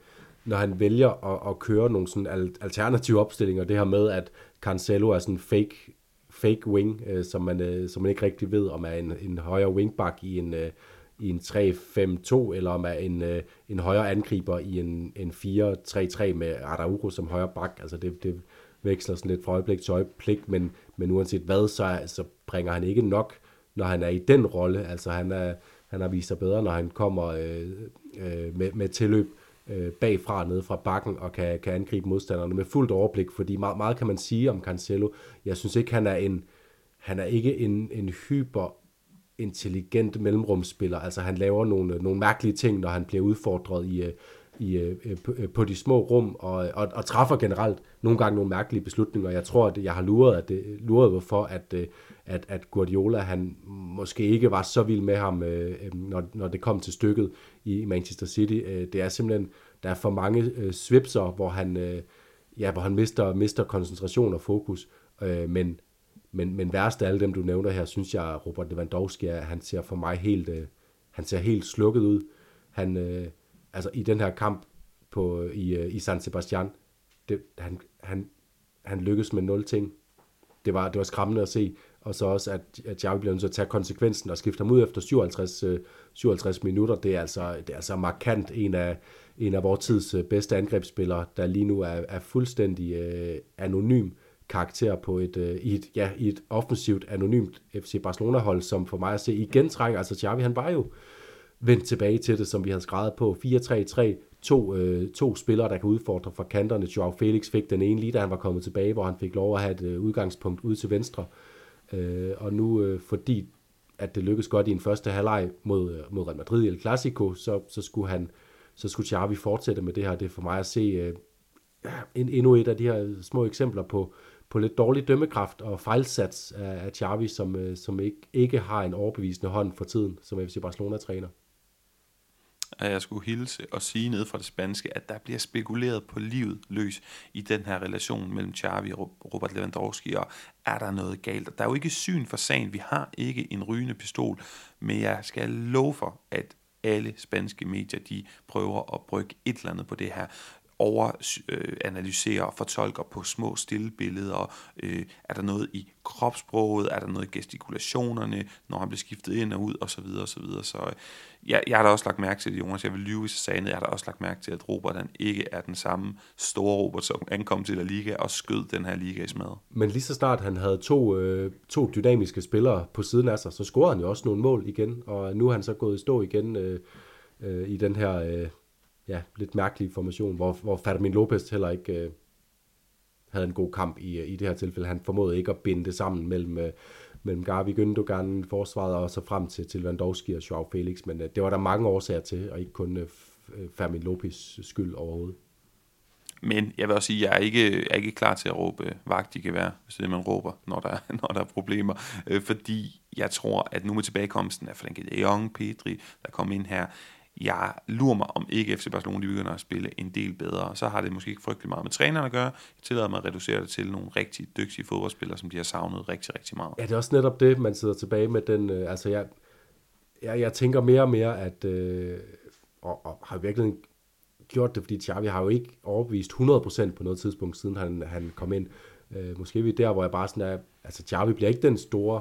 når han vælger at, at køre nogle sådan alternative opstillinger, det her med, at Cancelo er sådan en fake, fake wing, øh, som, man, øh, som man ikke rigtig ved, om er en, en højre wingback i en, øh, i en tre fem to, eller om er en, øh, en højre angriber i en, en fire tre tre med Araujo som højre bak. Altså det, det veksler sådan lidt fra øjeblik til øjeblik, men, men uanset hvad, så, så bringer han ikke nok, når han er i den rolle. Altså han, er, han har vist sig bedre, når han kommer øh, øh, med, med tilløb øh, bagfra, nede fra bakken, og kan, kan angribe modstanderne med fuldt overblik, fordi meget, meget kan man sige om Cancelo. Jeg synes ikke, han er en, han er ikke en, en hyper intelligent mellemrumsspiller. Altså han laver nogle, nogle mærkelige ting, når han bliver udfordret i, i, på, på de små rum, og, og, og træffer generelt nogle gange nogle mærkelige beslutninger. Jeg tror, at jeg har luret, at det, luret hvorfor, at, at, at Guardiola, han måske ikke var så vild med ham, når, når det kom til stykket i Manchester City. Det er simpelthen, der er for mange svipser, hvor han, ja, hvor han mister, mister koncentration og fokus, men Men, men værst af alle dem, du nævner her, synes jeg, Robert Lewandowski, er, han ser for mig helt, øh, han ser helt slukket ud. Han, øh, altså i den her kamp på, i, øh, i San Sebastian, det, han, han, han lykkedes med nul ting. Det var, det var skræmmende at se. Og så også, at, at Xavi bliver nødt til at tage konsekvensen og skifte ham ud efter syvoghalvtreds, øh, syvoghalvtreds minutter. Det er altså, det er altså markant en af, en af vores tids bedste angrebsspillere, der lige nu er, er fuldstændig øh, anonym karakter på et, øh, i, et, ja, i et offensivt, anonymt F C Barcelona-hold, som for mig at se igen trænger. Altså Xavi, han var jo vendt tilbage til det, som vi havde skrevet på. fire tre tre, to, øh, to spillere, der kan udfordre fra kanterne. Joao Felix fik den ene lige, da han var kommet tilbage, hvor han fik lov at have et øh, udgangspunkt ud til venstre. Øh, og nu, øh, fordi at det lykkedes godt i en første halvleg mod, mod Real Madrid i El Clasico, så, så skulle han, så skulle Xavi fortsætte med det her. Det er for mig at se øh, en, endnu et af de her små eksempler på på lidt dårlig dømmekraft og fejlsats af, af Xavi, som, som ikke, ikke har en overbevisende hånd for tiden, som F C Barcelona-træner. Jeg skulle hilse og sige ned fra det spanske, at der bliver spekuleret på livet løs i den her relation mellem Xavi og Robert Lewandowski, og er der noget galt? Der er jo ikke syn for sagen, vi har ikke en rygende pistol, men jeg skal love for, at alle spanske medier, de prøver at brygge et eller andet på det her, overanalyserer og fortolker på små stille billeder. Øh, er der noget i kropssproget? Er der noget i gestikulationerne, når han bliver skiftet ind og ud, og så videre, og så videre. Så øh, jeg, jeg har da også lagt mærke til det, Jonas. Jeg vil lyve, hvis jeg sagde noget. Jeg har da også lagt mærke til, at Robert han ikke er den samme store Robert, som ankom til La Liga og skød den her liga i smadret. Men lige så snart han havde to, øh, to dynamiske spillere på siden af sig, så scorede han jo også nogle mål igen, og nu er han så gået i stå igen øh, øh, i den her øh, ja, lidt mærkelig formation, hvor, hvor Fermin Lopez heller ikke øh, havde en god kamp i, i det her tilfælde. Han formåede ikke at binde det sammen mellem, øh, mellem Gavi, Gündogan, forsvaret og så frem til, til Lewandowski og Joao Felix, men øh, det var der mange årsager til, og ikke kun øh, Fermin Lopez skyld overhovedet. Men jeg vil også sige, at jeg er ikke, er ikke klar til at råbe vagt i gevær, hvis det er, man råber, når der, når der er problemer. Øh, fordi jeg tror, at nu med tilbagekomsten af Frenkie de Jong, Pedri, der kom ind her, jeg lurer mig, om ikke F C Barcelona de begynder at spille en del bedre. Så har det måske ikke frygtelig meget med træneren at gøre. Jeg tillader mig at reducere det til nogle rigtig dygtige fodboldspillere, som de har savnet rigtig, rigtig meget. Ja, det er også netop det, man sidder tilbage med den. Øh, altså, jeg, jeg, jeg tænker mere og mere, at øh, og, og har virkelig gjort det, fordi Xavi har jo ikke overbevist hundrede procent på noget tidspunkt, siden han, han kom ind. Øh, måske er vi der, hvor jeg bare sådan er, altså Xavi bliver ikke den store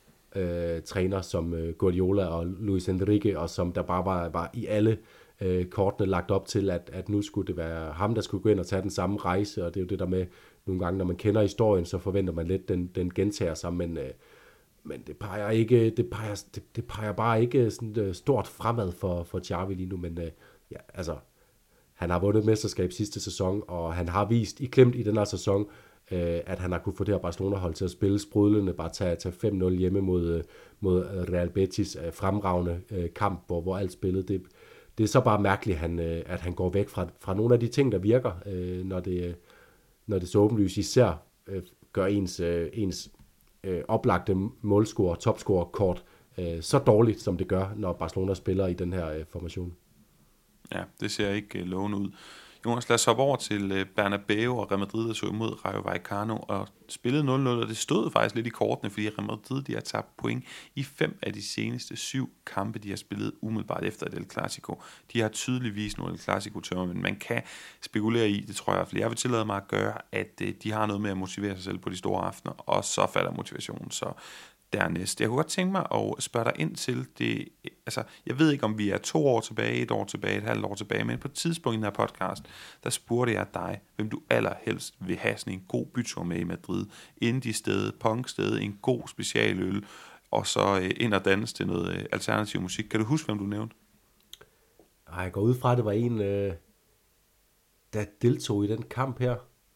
Øh, træner som øh, Guardiola og Luis Enrique, og som der bare var, var i alle øh, kortene lagt op til, at, at nu skulle det være ham, der skulle gå ind og tage den samme rejse, og det er jo det der med, nogle gange, når man kender historien, så forventer man lidt, den, den gentager sig, men, øh, men det peger ikke, det peger, det, det peger bare ikke sådan øh, stort fremad for, for Xavi lige nu, men øh, ja, altså, han har vundet mesterskab sidste sæson, og han har vist i klemt i den her sæson, at han har kunne få det her Barcelona-hold til at spille sprudlende, bare tage, tage fem nul hjemme mod, mod Real Betis, fremragende kamp, hvor, hvor alt spillet. Det, det er så bare mærkeligt, han, at han går væk fra, fra nogle af de ting, der virker, når det, når det så åbenlyst især gør ens, ens oplagte målscore, topscore-kort så dårligt, som det gør, når Barcelona spiller i den her formation. Ja, det ser ikke lovende ud. Jonas, lad os hoppe over til Bernabeu og Real Madrid, der så imod Rayo Vallecano og spillede nul nul, og det stod faktisk lidt i kortene, fordi Real Madrid de har tabt point i fem af de seneste syv kampe, de har spillet umiddelbart efter El Clasico. De har tydeligvis nogle El Clasico-tømmer, men man kan spekulere i, det tror jeg, at jeg vil tillade mig at gøre, at de har noget med at motivere sig selv på de store aftener, og så falder motivationen, så dernæst. Jeg kunne godt tænke mig at spørge dig ind til det, altså jeg ved ikke om vi er to år tilbage, et år tilbage, et halvt år tilbage, men på et tidspunkt i den her podcast, der spurgte jeg dig, hvem du allerhelst vil have sådan en god bytur med i Madrid, indie-sted, punk-sted, en god specialøl, og så ind og danse til noget alternativ musik. Kan du huske, hvem du nævnte? Ej, jeg går ud fra, at det var en, der deltog i den kamp her.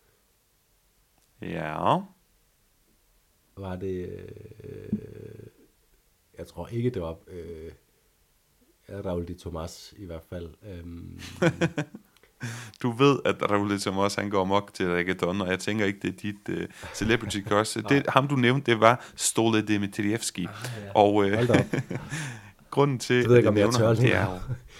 Ja. Var det... Øh, jeg tror ikke, det var... Øh, Raúl de Tomàs i hvert fald. Øhm. Du ved, at Raúl de Tomàs, han går amok til reggaeton, og jeg tænker ikke, det er dit uh, celebrity crush. Det, ham, du nævnte, det var Stole Dimitrievski. Ah, ja. Og øh, grunden til... Jeg ved ikke, om jeg tør det er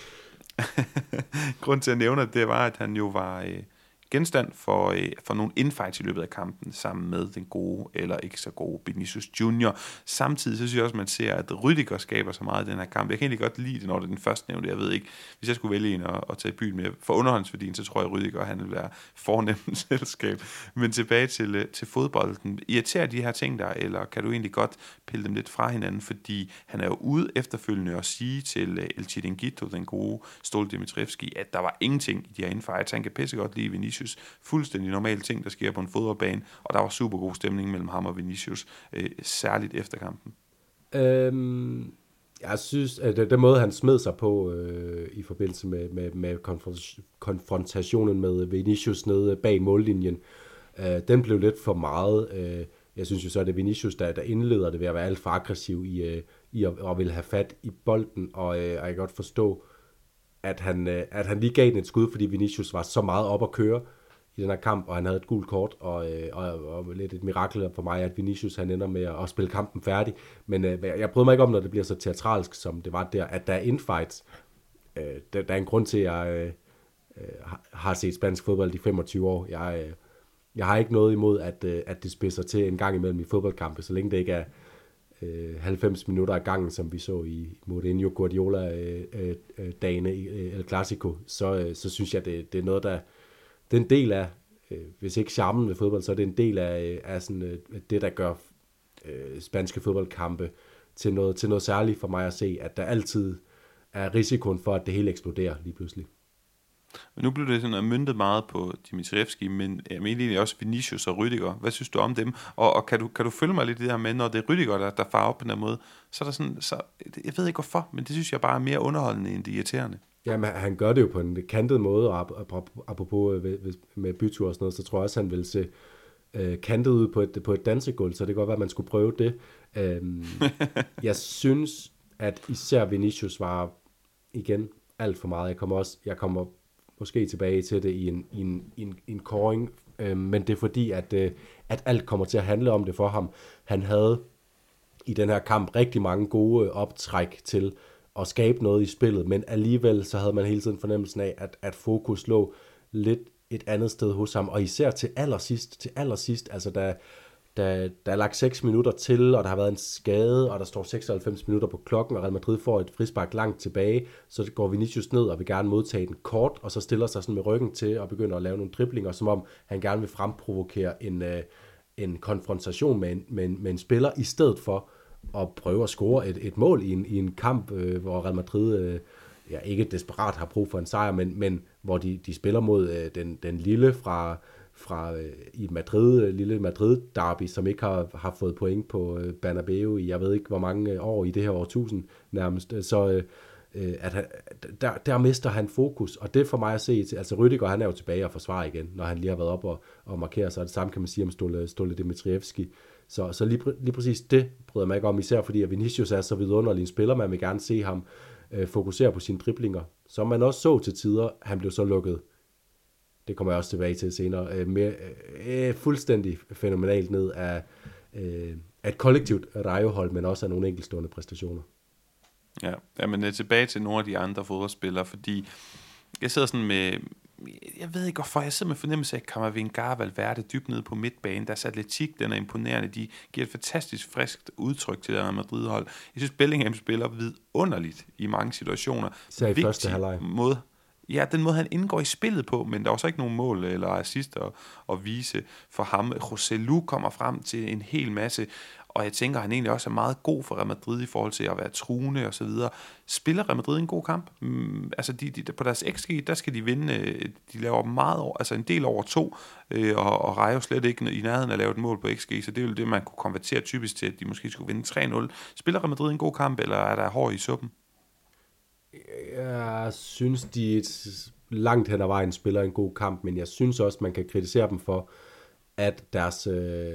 grunden til, at jeg nævner det, var, at han jo var... Øh, genstand for, øh, for nogle infights i løbet af kampen, sammen med den gode, eller ikke så gode Vinicius Junior. Samtidig så synes jeg også, at man ser, at Rüdiger skaber så meget i den her kamp. Jeg kan egentlig godt lide det, når det er den første nævnte. Jeg ved ikke, hvis jeg skulle vælge en at, at tage i byen med for underholdningsværdien, så tror jeg, at Rüdiger han vil være fornemt selskab. Men tilbage til, til fodbolden. Irriterer de her ting der, eller kan du egentlig godt pille dem lidt fra hinanden, fordi han er jo ude efterfølgende og sige til El Chiringuito, den gode Stole Dimitrievski, at der var ingenting i de her infights. Han kan pisse godt lide Vinicius. Fuldstændig normale ting, der sker på en fodboldbane, og der var super god stemning mellem ham og Vinicius, øh, særligt efter kampen. Øhm, jeg synes, at den måde, han smed sig på øh, i forbindelse med, med, med konfrontationen med Vinicius nede bag mållinjen, øh, den blev lidt for meget. Øh, jeg synes jo så, at det er Vinicius, der, der indleder det ved at være alt for aggressiv i, øh, i at, at ville have fat i bolden, og, øh, og jeg kan godt forstå, at han, at han lige gav den et skud, fordi Vinicius var så meget op at køre i den her kamp, og han havde et gult kort, og, og, og lidt et mirakel for mig, at Vinicius han ender med at, at spille kampen færdig. Men øh, jeg bryder mig ikke om, når det bliver så teatralsk, som det var der, at der er infights. Øh, der, der er en grund til, at jeg øh, har set spansk fodbold i femogtyve år. Jeg, øh, jeg har ikke noget imod, at, øh, at det spidser til en gang imellem i fodboldkampe, så længe det ikke er halvfems minutter af gangen, som vi så i Mourinho Guardiola-dagene i El Clasico, så, så synes jeg, det, det er noget, der det er en del af, hvis ikke charmen ved fodbold, så er det en del af, af sådan, det, der gør øh, spanske fodboldkampe til noget, til noget særligt for mig at se, at der altid er risikoen for, at det hele eksploderer lige pludselig. Men nu blev det sådan møntet meget på Dimitrievski, men jeg mener egentlig også Vinicius og Rüdiger. Hvad synes du om dem? Og, og kan, du, kan du følge mig lidt i det her med, når det er Rüdiger, der, der farer op på den her måde, så er der sådan, så, jeg ved ikke hvorfor, men det synes jeg bare er mere underholdende end det irriterende. Jamen, han gør det jo på en kantet måde, og apropos med bytur og sådan noget, så tror jeg også, han vil se øh, kantet ud på et, på et dansegulv, så det kan godt være, at man skulle prøve det. Øhm, jeg synes, at især Vinicius var igen alt for meget. Jeg kommer også, jeg kommer måske tilbage til det i en, i en, i en, i en kåring, øh, men det er fordi, at, øh, at alt kommer til at handle om det for ham. Han havde i den her kamp rigtig mange gode optræk til at skabe noget i spillet, men alligevel så havde man hele tiden fornemmelsen af, at, at fokus lå lidt et andet sted hos ham, og især til allersidst, til allersidst, altså da, da, der er lagt seks minutter til, og der har været en skade, og der står seksoghalvfems minutter på klokken, og Real Madrid får et frispark langt tilbage, så går Vinicius ned og vil gerne modtage den kort, og så stiller sig sådan med ryggen til og begynder at lave nogle driblinger, som om han gerne vil fremprovokere en, øh, en konfrontation med en, med, en, med en spiller, i stedet for at prøve at score et, et mål i en, i en kamp, øh, hvor Real Madrid øh, ja, ikke desperat har brug for en sejr, men, men hvor de, de spiller mod øh, den, den lille fra, fra øh, i Madrid, øh, lille Madrid-derby, som ikke har, har fået point på øh, Bernabeu i, jeg ved ikke hvor mange år i det her årtusind nærmest, så øh, at han, der, der mister han fokus, og det for mig at se, altså Rüdiger, han er jo tilbage og forsvarer igen, når han lige har været op og, og markerer sig, det samme kan man sige om Stole, Stole Dimitrievski. Så, så lige, lige præcis det bryder mig ikke om, især fordi at Vinicius er så vidunderlig en spiller, man vil gerne se ham øh, fokusere på sine driblinger, som man også så til tider, han blev så lukket, det kommer jeg også tilbage til senere, øh, mere, øh, fuldstændig fænomenalt ned af, øh, af et kollektivt Rayo-hold, men også af nogle enkeltstående præstationer. Ja, ja, men tilbage til nogle af de andre fodboldspillere, fordi jeg sidder sådan med, jeg ved ikke hvorfor, jeg sidder med fornemmelse af, at Camavinga og Valverde dybt nede på midtbanen. Deres atletik, den er imponerende. De giver et fantastisk friskt udtryk til det Real Madrid-hold. Jeg synes, Bellingham spiller vidunderligt i mange situationer. Så i Vigtig første halvleg. Måde, ja, den måde, han indgår i spillet på, men der var så ikke nogen mål eller assist at, at vise for ham. Joselu kommer frem til en hel masse, og jeg tænker, at han egentlig også er meget god for Real Madrid i forhold til at være truende og så videre. Spiller Real Madrid en god kamp? Mm, altså de, de, på deres X G, der skal de vinde, de laver meget over, altså en del over to, øh, og, og Rayo slet ikke i nærheden at lave et mål på X G, så det er jo det, man kunne konvertere typisk til, at de måske skulle vinde tre nul. Spiller Real Madrid en god kamp, eller er der hår i suppen? Jeg synes, de langt hen ad vejen spiller en god kamp, men jeg synes også, man kan kritisere dem for, at deres... Øh,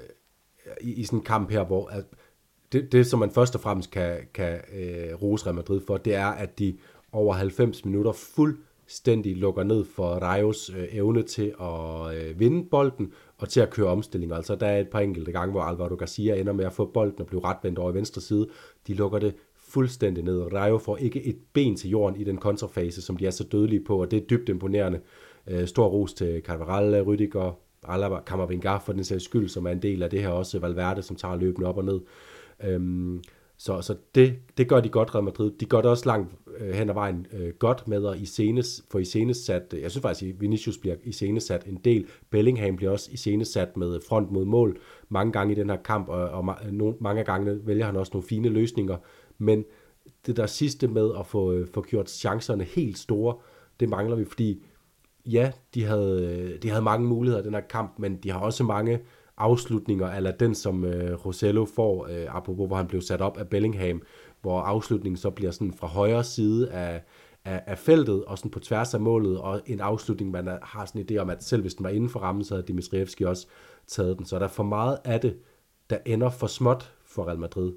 i, i sådan en kamp her, hvor at det, det, som man først og fremmest kan, kan øh, rose Real Madrid for, det er, at de over halvfems minutter fuldstændig lukker ned for Rayos øh, evne til at øh, vinde bolden og til at køre omstillinger. Altså der er et par enkelte gange, hvor Alvaro Garcia ender med at få bolden og blive retvendt over i venstre side. De lukker det fuldstændig ned. Rayo får ikke et ben til jorden i den kontrafase, som de er så dødelige på, og det er dybt imponerende. Øh, stor ros til Carvajal, Rüdiger, Alaba, Camavinga for den sags skyld, som er en del af det her også, Valverde, som tager løbende op og ned. Øhm, så så det, det gør de godt, Real Madrid. De gør det også langt øh, hen ad vejen øh, godt med at iscenes, få iscenesat, jeg synes faktisk, at Vinicius bliver iscenesat en del. Bellingham bliver også iscenesat med front mod mål mange gange i den her kamp, og, og ma- mange gange vælger han også nogle fine løsninger. Men det der sidste med at få, få gjort chancerne helt store, det mangler vi, fordi ja, de havde, de havde mange muligheder i den her kamp, men de har også mange afslutninger, eller den, som øh, Rossello får, øh, apropos, hvor han blev sat op af Bellingham, hvor afslutningen så bliver sådan fra højre side af, af, af feltet, og sådan på tværs af målet, og en afslutning, man er, har sådan en idé om, at selv hvis den var inden for rammen, så havde Dimitrievski også taget den. Så der er for meget af det, der ender for småt for Real Madrid.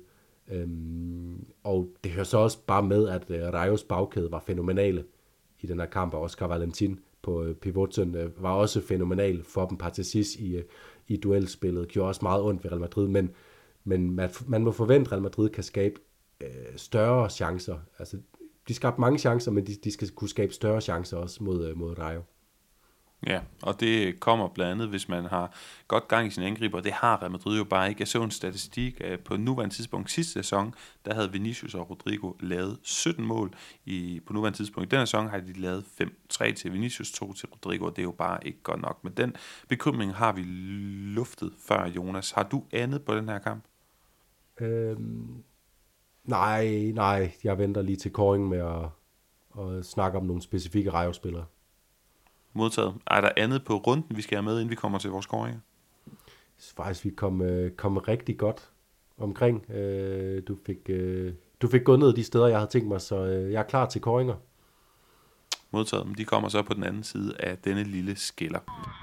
Øhm, og det hører så også bare med, at øh, Rayos bagkæde var fænomenale i den her kamp, og Oscar Valentin på øh, pivoten øh, var også fænomenal for dem Partesis i, øh, i duelspillet, gjorde også meget ondt ved Real Madrid, men, men man, man må forvente, at Real Madrid kan skabe øh, større chancer. Altså, de skabte mange chancer, men de, de skal kunne skabe større chancer også mod, øh, mod Rayo. Ja, og det kommer blandt andet, hvis man har godt gang i sine angriber. Det har Real Madrid jo bare ikke. Jeg så en statistik på nuværende tidspunkt sidste sæson, der havde Vinicius og Rodrigo lavet sytten mål i, på nuværende tidspunkt. I denne sæson har de lavet fem, tre til Vinicius, to til Rodrigo, og det er jo bare ikke godt nok. Men den bekymring har vi luftet før, Jonas. Har du andet på den her kamp? Øhm, nej, nej. Jeg venter lige til kåringen med at, at snakke om nogle specifikke Rayo-spillere. Modtaget. Er der andet på runden, vi skal have med, inden vi kommer til vores kåringer? Faktisk, vi kom, kom rigtig godt omkring. Du fik, du fik gået ned de steder, jeg havde tænkt mig, så jeg er klar til kåringer. Modtaget. Men de kommer så på den anden side af denne lille skiller.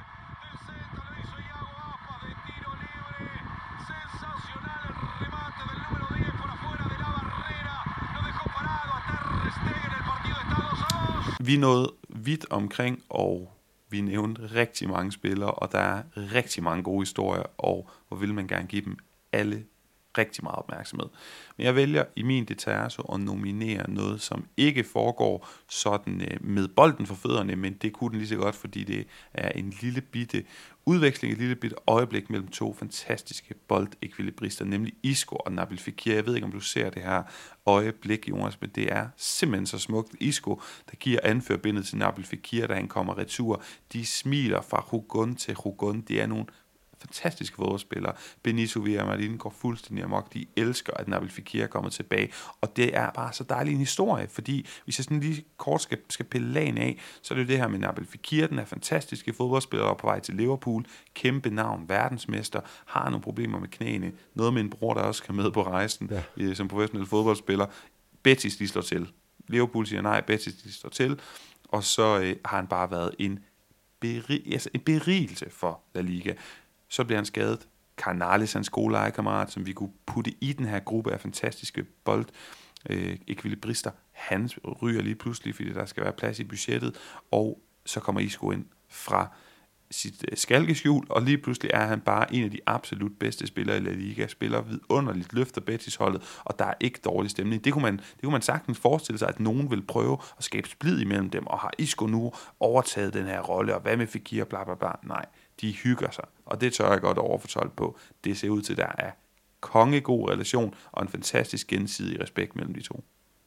Vi nåede vidt omkring, og vi nævnte rigtig mange spillere, og der er rigtig mange gode historier, og hvor vil man gerne give dem alle rigtig meget opmærksomhed. Men jeg vælger i min deterso at nominere noget, som ikke foregår sådan med bolden for fødderne, men det kunne den lige så godt, fordi det er en lille bitte udveksling, et lille bitte øjeblik mellem to fantastiske boldekvilibrister, nemlig Isco og Nabil Fekir. Jeg ved ikke, om du ser det her øjeblik, Jonas, men det er simpelthen så smukt. Isco, der giver anførbindet til Nabil Fekir, da han kommer retur. De smiler fra Hugon til Hugon. Det er nogle fantastiske fodboldspillere. Benito Villamarin går fuldstændig amok. De elsker, at Nabil Fekir er kommet tilbage. Og det er bare så dejlig en historie, fordi hvis jeg sådan lige kort skal, skal pille lagen af, så er det jo det her med Nabil Fekir, den er fantastiske fodboldspiller på vej til Liverpool, kæmpe navn, verdensmester, har nogle problemer med knæene, noget med en bror, der også skal med på rejsen ja. som professionel fodboldspiller. Betis, de slår til. Liverpool siger nej, Betis, de slår til. Og så øh, har han bare været en, beri- altså en berigelse for La Liga. Så bliver han skadet. Canales, hans gode legekammerat, som vi kunne putte i den her gruppe af fantastiske bold-ekvilibrister, øh, han ryger lige pludselig, fordi der skal være plads i budgettet, og så kommer Isco ind fra sit øh, skalkeskjul, og lige pludselig er han bare en af de absolut bedste spillere i La Liga, spiller vidunderligt, løfter Betis-holdet, og der er ikke dårlig stemning. Det kunne man, det kunne man sagtens forestille sig, at nogen vil prøve at skabe splid imellem dem, og har Isco nu overtaget den her rolle, og hvad med Fekir, bla bla bla. Nej, de hygger sig, og det tør jeg godt overfortolke på. Det ser ud til, der er kongegod relation, og en fantastisk gensidig respekt mellem de to.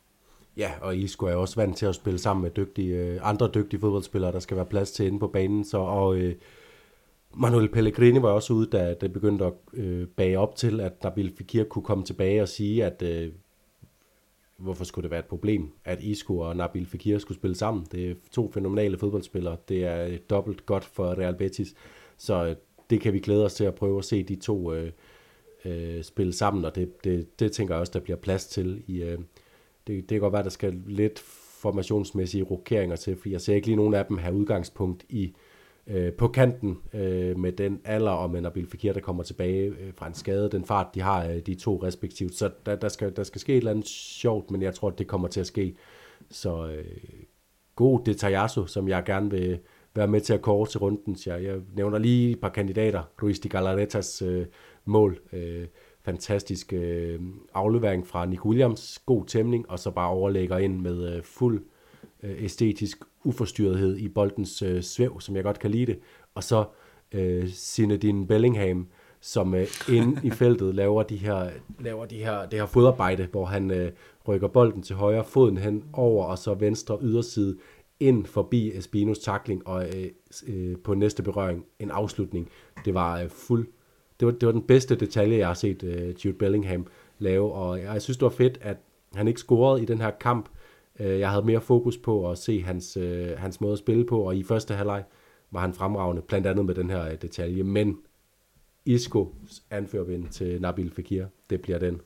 Ja, og Isco er også vant til at spille sammen med dygtige, øh, andre dygtige fodboldspillere, der skal være plads til inde på banen. Så, og øh, Manuel Pellegrini var også ude, da det begyndte at øh, bage op til, at Nabil Fekir kunne komme tilbage og sige, at øh, hvorfor skulle det være et problem, at Isco og Nabil Fekir skulle spille sammen. Det er to fænomenale fodboldspillere. Det er dobbelt godt for Real Betis. Så øh, det kan vi glæde os til at prøve at se de to øh, øh, spille sammen, og det, det, det tænker jeg også, der bliver plads til i... Øh, Det, det kan godt være, der skal lidt formationsmæssige rokeringer til, fordi jeg ser ikke lige nogen af dem have udgangspunkt i øh, på kanten øh, med den alder og med Nabil Fekir, der kommer tilbage øh, fra en skade, den fart, de har, øh, de to respektivt. Så der, der, skal, der skal ske et eller andet sjovt, men jeg tror, det kommer til at ske. Så øh, god Detallazo, som jeg gerne vil være med til at kåre til runden. Så jeg, jeg nævner lige et par kandidater. Ruiz de Galaretas øh, mål, øh, fantastisk øh, aflevering fra Nick Williams, god tæmning, og så bare overlægger ind med øh, fuld øh, æstetisk uforstyrrethed i boldens øh, svæv, som jeg godt kan lide det. Og så øh, Zinedine Bellingham, som øh, inde i feltet laver de her laver de her det her fodarbejde, hvor han øh, rykker bolden til højre, foden hen over, og så venstre yderside ind forbi Espinos tackling, og øh, øh, på næste berøring en afslutning. Det var øh, fuld Det var, det var den bedste detalje, jeg har set uh, Jude Bellingham lave, og jeg, jeg synes, det var fedt, at han ikke scorede i den her kamp. Uh, jeg havde mere fokus på at se hans, uh, hans måde at spille på, og i første halvleg var han fremragende, blandt andet med den her uh, detalje. Men Isco anførervind til Nabil Fekir, det bliver den.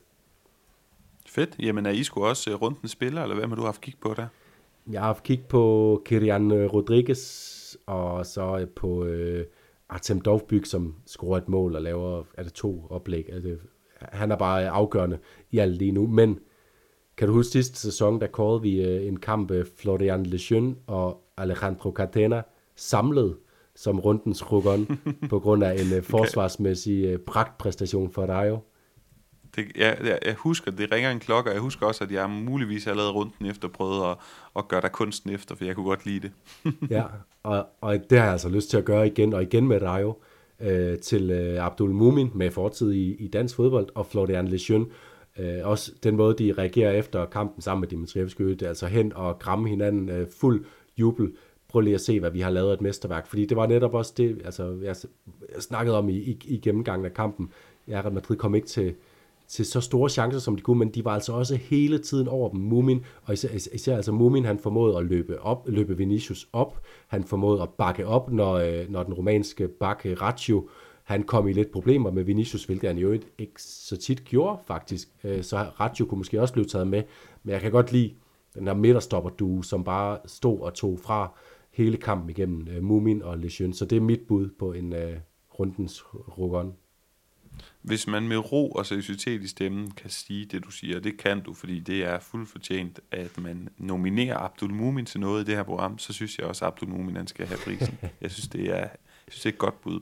Fedt. Jamen er Isco også uh, rundens spiller, eller hvad har du haft kig på der? Jeg har haft kig på Kylian Rodriguez, og så på... Uh, Artem Dovbyk, som scorer et mål og laver, er det to oplæg. Er det, han er bare afgørende i alt lige nu. Men kan du huske sidste sæson, der kårede vi en kamp Florian Lejeune og Alejandro Catena samlet som rundens rugon på grund af en okay. forsvarsmæssig pragtpræstation for Rayo. Det, jeg, jeg, jeg husker, det ringer en klokke, og jeg husker også, at jeg muligvis allerede runden efter prøvede at, at gøre dig kunsten efter, for jeg kunne godt lide det. Ja, og, og det har jeg altså lyst til at gøre igen og igen med Rayo, øh, til øh, Abdul Mumin med fortid i, i dansk fodbold, og Florian Lejeune. Øh, også den måde, de reagerer efter kampen sammen med Dimitrievski, det er altså hen og kramme hinanden, øh, fuld jubel. Prøv lige at se, hvad vi har lavet et mesterværk, fordi det var netop også det, altså jeg, jeg snakkede om i, i, i gennemgangen af kampen. Real Madrid kom ikke til til så store chancer, som de kunne, men de var altså også hele tiden over dem. Mumin, og især, især altså Mumin, han formåede at løbe op, løbe Vinicius op, han formåede at bakke op, når, når den romanske bakke Ratio, han kom i lidt problemer med Vinicius, hvilket han jo ikke så tit gjorde, faktisk. Så Ratio kunne måske også blive taget med, men jeg kan godt lide den her midterstopper-duo, som bare stod og tog fra hele kampen igennem Mumin og Lejeune, så det er mit bud på en uh, rundens rugon. Hvis man med ro og seriøsitet i stemmen kan sige det, du siger, det kan du, fordi det er fuldt fortjent, at man nominerer Abdul Mumin til noget i det her program, så synes jeg også, at Abdul Mumin han skal have prisen. Jeg synes, det er, jeg synes, det er et godt bud.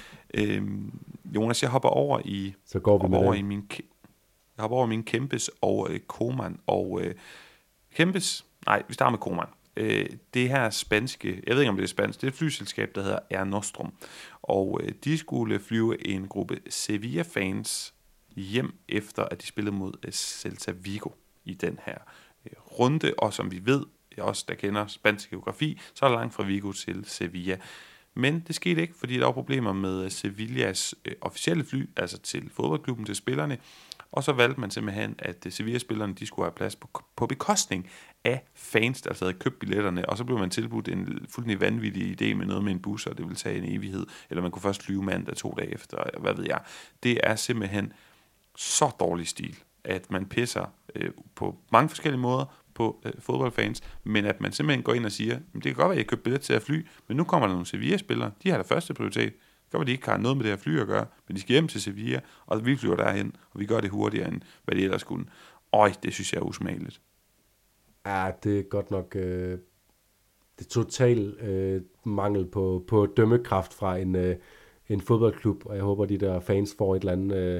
Øhm, Jonas, jeg hopper over i, så går vi med over i min, jeg hopper over min Kempes og øh, Koeman. Og øh, Kempes, nej, vi starter med Koeman. Øh, det her spanske, jeg ved ikke om det er spansk, det er et flyselskab, der hedder Air Nostrum, og øh, de skulle flyve en gruppe Sevilla-fans hjem efter, at de spillede mod øh, Celta Vigo i den her øh, runde, og som vi ved, jeg også der kender spansk geografi, så er der langt fra Vigo til Sevilla. Men det skete ikke, fordi der var problemer med Sevillas øh, officielle fly, altså til fodboldklubben, til spillerne, og så valgte man simpelthen, at Sevilla-spillerne de skulle have plads på, på bekostning af fans, der altså havde købt billetterne, og så blev man tilbudt en fuldstændig vanvittig idé med noget med en bus, og det ville tage en evighed, eller man kunne først flyve mandag to dage efter, hvad ved jeg. Det er simpelthen så dårlig stil, at man pisser øh, på mange forskellige måder på øh, fodboldfans, men at man simpelthen går ind og siger, det kan godt være, at jeg købte billet til at fly, men nu kommer der nogle Sevilla-spillere, de har da første prioritet. Det kan godt være, de ikke har noget med det her fly at gøre, men de skal hjem til Sevilla, og vi flyver derhen, og vi gør det hurtigere, end hvad de ellers kunne. Øj, det synes jeg er usmageligt. Ja, det er godt nok... Øh... det total øh, mangel på, på dømmekraft fra en, øh, en fodboldklub, og jeg håber, de der fans får et eller andet øh,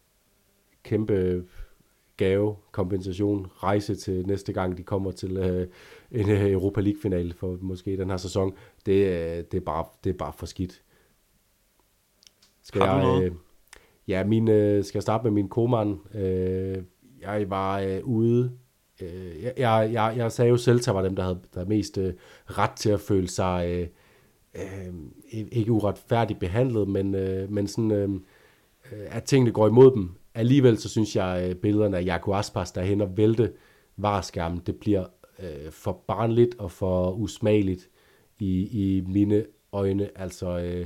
kæmpe gave, kompensation, rejse til næste gang, de kommer til øh, en øh, Europa League-finale for måske den her sæson. Det, øh, det, er, bare, det er bare for skidt. Skal Har du noget? Jeg, øh, ja, min, øh, skal jeg starte med min Koeman. Øh, jeg var øh, ude. Øh, jeg, jeg, jeg sagde jo selv, at var dem, der havde der mest øh, ret til at føle sig øh, øh, ikke uretfærdigt behandlet, men, øh, men sådan, øh, at tingene går imod dem. Alligevel så synes jeg, at billederne af Jaco Aspas, der hen og vælte vareskærmen, det bliver øh, for barnligt og for usmageligt i, i mine øjne. Altså, øh,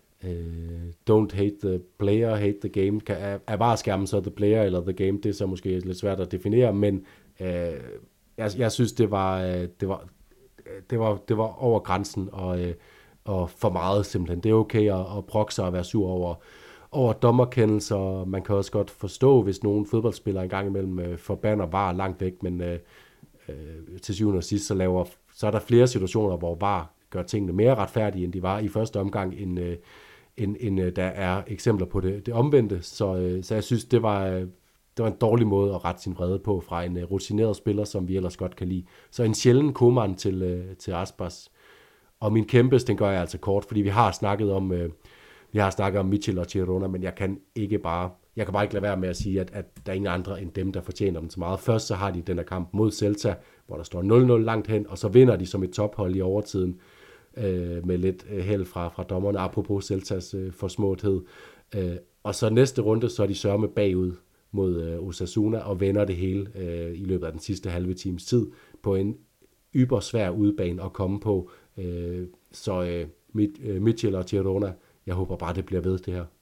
øh, don't hate the player, hate the game. Er, er vareskærmen så the player eller the game? Det er så måske lidt svært at definere, men øh, jeg, jeg synes, det var, det var, det var, det var over grænsen og, øh, og for meget simpelthen. Det er okay at, at brokke sig og være sur over over dommerkendelser. Man kan også godt forstå, hvis nogle fodboldspillere engang imellem øh, forbander var langt væk, men øh, øh, til syvende og sidst, så, laver, så er der flere situationer, hvor var gør tingene mere retfærdige, end de var i første omgang, end, øh, end, end øh, der er eksempler på det, det omvendte. Så, øh, så jeg synes, det var, øh, det var en dårlig måde at rette sin vrede på fra en øh, rutineret spiller, som vi ellers godt kan lide. Så en sjælden Koeman til, øh, til Aspas. Og min kæmpes, den gør jeg altså kort, fordi vi har snakket om... Øh, Vi har snakket om Mitchell og Girona, men jeg kan ikke bare, jeg kan bare ikke lade være med at sige, at, at der er ingen andre end dem, der fortjener dem så meget. Først så har de den her kamp mod Celta, hvor der står nul nul langt hen, og så vinder de som et tophold i overtiden øh, med lidt øh, held fra, fra dommerne, apropos Celtas øh, forsmåthed. Øh, og så næste runde, så er de sørme bagud mod øh, Osasuna og vender det hele øh, i løbet af den sidste halve times tid på en ybersvær udebane at komme på. Øh, så øh, Mitchell og Girona, jeg håber bare, det bliver ved, det her.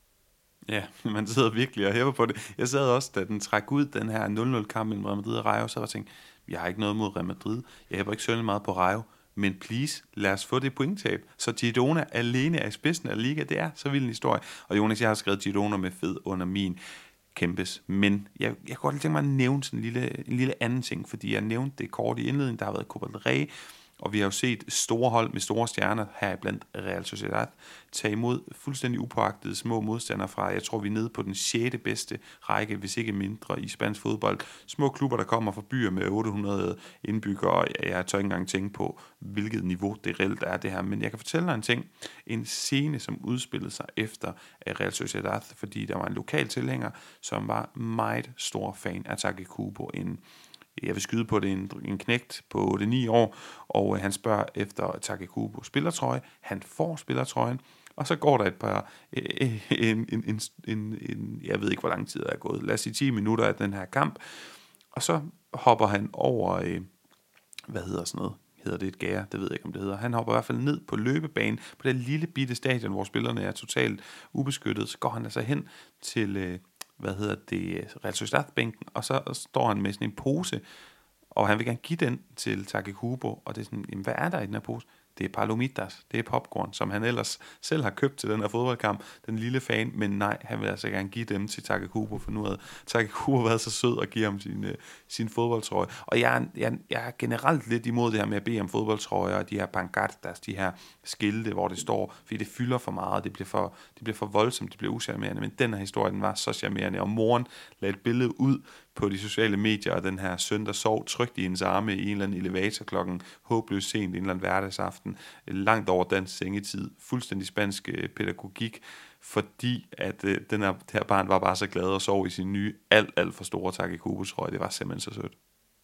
Ja, man sidder virkelig og hæver på det. Jeg sad også, da den træk ud, den her nul nul-kamp mellem Real Madrid og Rayo, så var jeg tænkt, jeg har ikke noget mod Real Madrid. Jeg hæber ikke særlig meget på Rayo, men please, lad os få det pointtab. Så Girona alene er i spidsen af liga. Det er så vild en historie. Og Jonas, jeg har skrevet Girona med fed under min kæmpes. Men jeg, jeg kunne godt tænke mig at nævne sådan en lille, en lille anden ting, fordi jeg nævnte det kort i indledningen, der har været Copa del Rey. Og vi har jo set store hold med store stjerner her blandt Real Sociedad tage imod fuldstændig upåagtede små modstandere fra, jeg tror vi er nede på den sjette bedste række, hvis ikke mindre, i spansk fodbold. Små klubber, der kommer fra byer med otte hundrede indbyggere, og jeg tør ikke engang tænke på, hvilket niveau det reelt er det her. Men jeg kan fortælle dig en ting. En scene, som udspillede sig efter Real Sociedad, fordi der var en lokal tilhænger, som var meget stor fan af Taque Kubo, en jeg vil skyde på det, en, en knægt på otte ni år, og øh, han spørger efter Taque Kubo spillertrøje. Han får spillertrøjen, og så går der et par, øh, en, en, en, en, en, jeg ved ikke, hvor lang tid der er gået, lad os sige ti minutter af den her kamp, og så hopper han over, øh, hvad hedder sådan noget, hedder det et gære, det ved jeg ikke, om det hedder. Han hopper i hvert fald ned på løbebanen, på det lille bitte stadion, hvor spillerne er totalt ubeskyttet, så går han altså hen til... Øh, hvad hedder det, Real Sociedad-bænken, og så står han med sådan en pose, og han vil gerne give den til Taque Kubo, og det er sådan, jamen, hvad er der i den her pose? Det er palomitas, det er popcorn, som han ellers selv har købt til den her fodboldkamp, den lille fan, men nej, han vil altså gerne give dem til Taque Kubo, for nu havde Taque Kubo været så sød at give ham sin, uh, sin fodboldtrøje. Og jeg er, jeg, jeg er generelt lidt imod det her med at bede om fodboldtrøjer, og de her pancartas, de her skilte, hvor det står, fordi det fylder for meget, det bliver for, det bliver for voldsomt, det bliver uscharmerende, men den her historie, den var så charmerende, og moren lagde et billede ud på de sociale medier, og den her søn, der sov trygt i hendes arme i en eller anden elevator klokken håbløst sent, en eller anden hverdagsaften, langt over dansk sengetid, fuldstændig spansk øh, pædagogik, fordi at øh, den her, det her barn var bare så glad og sov i sin nye, alt, alt for store Taque Kubo-trøje. Det var simpelthen så sødt.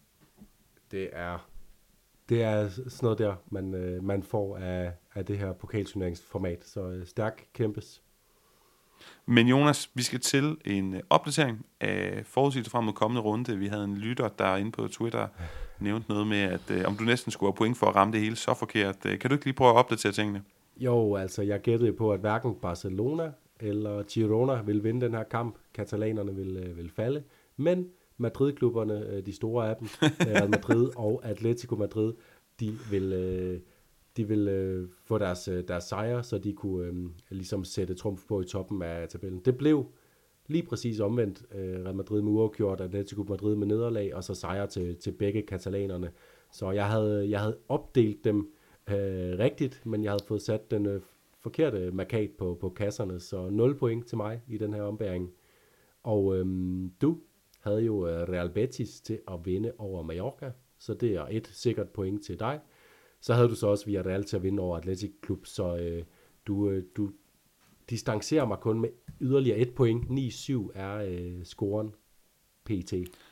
Det er, det er sådan noget der, man, øh, man får af, af det her pokalturneringsformat, så øh, stærk kæmpes. Men Jonas, vi skal til en opdatering af forudsigelse frem mod kommende runde. Vi havde en lytter, der inde på Twitter nævnte noget med, at øh, om du næsten skulle have point for at ramme det hele så forkert. Kan du ikke lige prøve at opdatere tingene? Jo, altså jeg gættede på, at hverken Barcelona eller Girona vil vinde den her kamp. Katalanerne vil, øh, vil falde. Men Madrid-klubberne, øh, de store af dem, Real Madrid og Atletico Madrid, de vil... Øh, De vil øh, få deres, øh, deres sejre, så de kunne øh, ligesom sætte trumf på i toppen af tabellen. Det blev lige præcis omvendt. Øh, Real Madrid med uafgjort, Atletico Madrid med nederlag, og så sejre til, til begge katalanerne. Så jeg havde, jeg havde opdelt dem øh, rigtigt, men jeg havde fået sat den øh, forkerte markat på, på kasserne, så nul point til mig i den her ombæring. Og øhm, du havde jo øh, Real Betis til at vinde over Mallorca, så det er et sikkert point til dig. Så havde du så også Villarreal til at vinde over Athletic Club, så øh, du, øh, du distancerer mig kun med yderligere et point. ni syv er øh, scoren P T.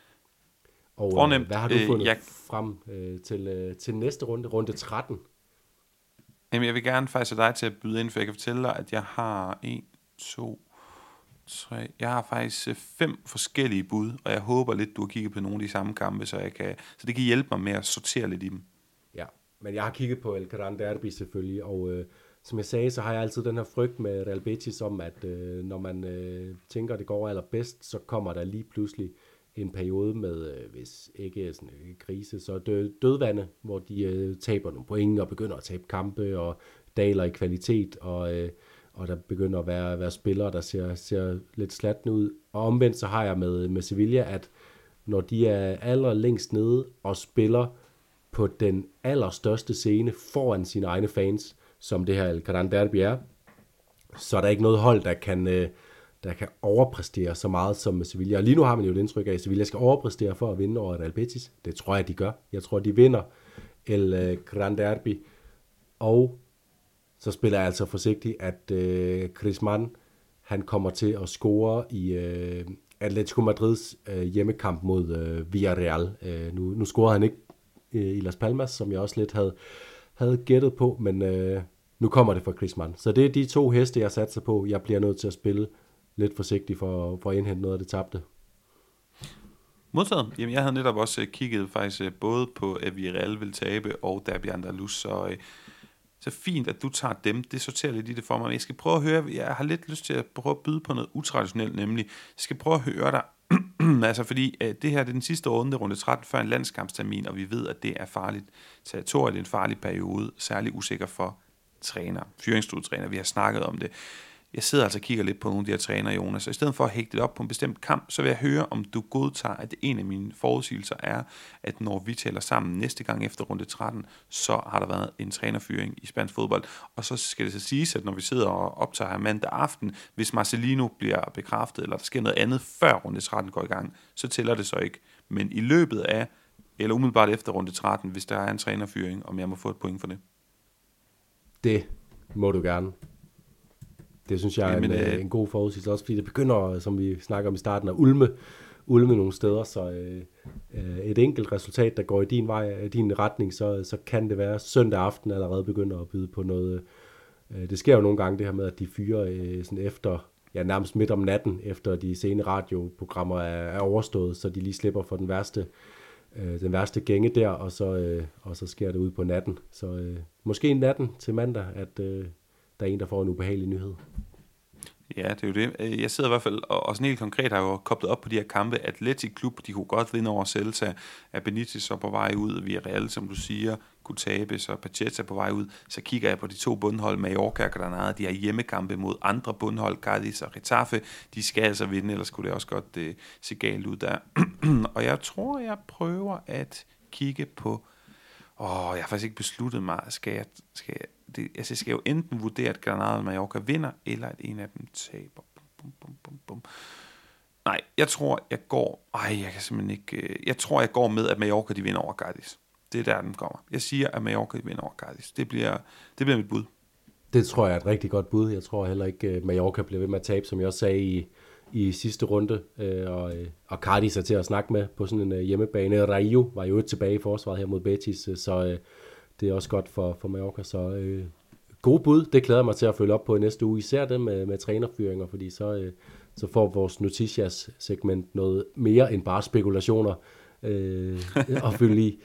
Og Fornemt. øh, hvad har du fundet øh, jeg... frem øh, til, øh, til næste runde, runde tretten? Jamen, jeg vil gerne faktisk have dig til at byde ind, for jeg kan fortælle dig, at jeg har en, to, tre, jeg har faktisk øh, fem forskellige bud, og jeg håber lidt, du har kigget på nogle af de samme kampe, så, jeg kan, så det kan hjælpe mig med at sortere lidt i dem. Ja, men jeg har kigget på El Gran Derby selvfølgelig, og øh, som jeg sagde, så har jeg altid den her frygt med Real Betis om, at øh, når man øh, tænker, det går allerbedst, så kommer der lige pludselig en periode med, øh, hvis ikke sådan en krise, så død, dødvande, hvor de øh, taber nogle point og begynder at tabe kampe og daler i kvalitet, og, øh, og der begynder at være, være spillere, der ser, ser lidt slatne ud. Og omvendt så har jeg med, med Sevilla, at når de er allerlængst nede og spiller på den allerstørste scene foran sine egne fans, som det her El Gran Derby er, så er der ikke noget hold, der kan, øh, der kan overpræstere så meget som Sevilla. Og lige nu har man jo et indtryk af, at Sevilla skal overpræstere for at vinde over Real Betis. Det tror jeg, de gør. Jeg tror, de vinder El Gran Derby. Og så spiller jeg altså forsigtigt, at øh, Griezmann, han kommer til at score i øh, Atletico Madrids øh, hjemmekamp mod øh, Villarreal. Øh, nu, nu scorede han ikke øh, i Las Palmas, som jeg også lidt havde, havde gættet på, men øh, nu kommer det fra Griezmann. Så det er de to heste, jeg satser på. Jeg bliver nødt til at spille lidt forsigtigt for, for at indhente noget af det tabte. Modtaget. Jamen, jeg havde netop også kigget faktisk både på, at Villarreal vil tabe, og Derby Andalus, så, så fint, at du tager dem. Det sorterer lidt i det for mig. Men jeg skal prøve at høre, jeg har lidt lyst til at prøve at byde på noget utraditionelt, nemlig, jeg skal prøve at høre dig, altså fordi uh, det her det er den sidste runde, runde tretten, før en landskampstermin, og vi ved, at det er farligt territorium, det er en farlig periode, særlig usikker for træner, fyringsstudietræner, vi har snakket om det. Jeg sidder altså og kigger lidt på nogle af de her træner, Jonas, så i stedet for at hægte det op på en bestemt kamp, så vil jeg høre, om du godtager, at en af mine forudsigelser er, at når vi taler sammen næste gang efter runde tretten, så har der været en trænerfyring i spansk fodbold. Og så skal det så siges, at når vi sidder og optager her mandag aften, hvis Marcelino bliver bekræftet, eller der sker noget andet før runde tretten går i gang, så tæller det så ikke. Men i løbet af, eller umiddelbart efter runde tretten, hvis der er en trænerfyring, om jeg må få et point for det. Det må du gerne. Det synes jeg er en, øh, en god forudsigelse, også fordi det begynder, som vi snakker om i starten, at ulme, ulme nogle steder, så øh, et enkelt resultat, der går i din vej, din retning, så, så kan det være søndag aften allerede begynder at byde på noget. Øh, det sker jo nogle gange det her med, at de fyrer øh, sådan efter, ja nærmest midt om natten, efter de sene radioprogrammer er, er overstået, så de lige slipper for den værste, øh, den værste gænge der, og så, øh, og så sker det ud på natten. Så øh, måske natten til mandag, at øh, der er en, der får en ubehagelig nyhed. Ja, det er jo det. Jeg sidder i hvert fald, og sådan helt konkret har jeg jo koblet op på de her kampe. Athletic Club, de kunne godt vinde over Celta, er Benitez så på vej ud, Villarreal, som du siger, kunne tabe, så Pacheta på vej ud. Så kigger jeg på de to bundhold, Mallorca og Granada, de har hjemmekampe mod andre bundhold, Cádiz og Getafe. De skal altså vinde, ellers skulle det også godt uh, se galt ud der. Og jeg tror, jeg prøver at kigge på... Åh, jeg har faktisk ikke besluttet mig, skal jeg... Skal jeg Det, altså jeg skal jo enten vurdere, at Granada og Mallorca vinder, eller at en af dem taber. Bum, bum, bum, bum. Nej, jeg tror, jeg går... Ej, jeg kan simpelthen ikke... Jeg tror, jeg går med, at Mallorca de vinder over Cádiz. Det er der, den kommer. Jeg siger, at Mallorca de vinder over Cádiz. Det bliver, det bliver mit bud. Det tror jeg er et rigtig godt bud. Jeg tror heller ikke, at Mallorca bliver ved med at tabe, som jeg også sagde i, i sidste runde. Og, og Cádiz er til at snakke med på sådan en hjemmebane. Rayo var jo tilbage i forsvaret her mod Betis, så... Det er også godt for, for Mallorca, så øh, god bud. Det glæder jeg mig til at følge op på i næste uge. Især det med, med trænerfyringer, fordi så, øh, så får vores Noticias-segment noget mere end bare spekulationer øh, at fylde i.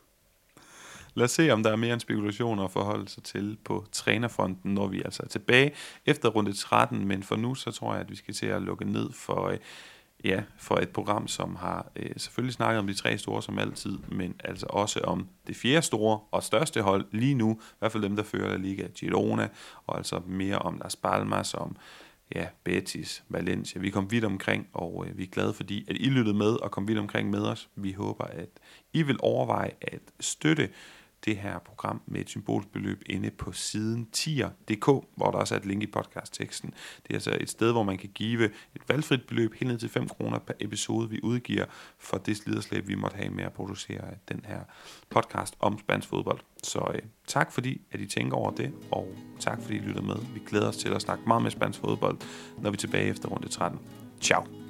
Lad os se, om der er mere end spekulationer at forholde sig til på trænerfronten, når vi altså er tilbage efter runde tretten. Men for nu, så tror jeg, at vi skal til at lukke ned for... Øh, Ja, for et program, som har øh, selvfølgelig snakket om de tre store som altid, men altså også om det fjerde store og største hold lige nu, i hvert fald dem, der fører La Liga, Girona, og altså mere om Las Palmas, om ja, Betis, Valencia. Vi kom vidt omkring, og øh, vi er glade fordi, at I lyttede med og kom vidt omkring med os. Vi håber, at I vil overveje at støtte det her program med et symbolbeløb inde på siden tier punktum d k, hvor der også er et link i podcastteksten. Det er altså et sted, hvor man kan give et valgfrit beløb helt ned til fem kroner per episode, vi udgiver for det sliderslæb, vi måtte have med at producere den her podcast om spansk fodbold. Så øh, tak fordi, at I tænker over det, og tak fordi I lytter med. Vi glæder os til at snakke meget med spansk fodbold, når vi er tilbage efter runde tretten. Ciao!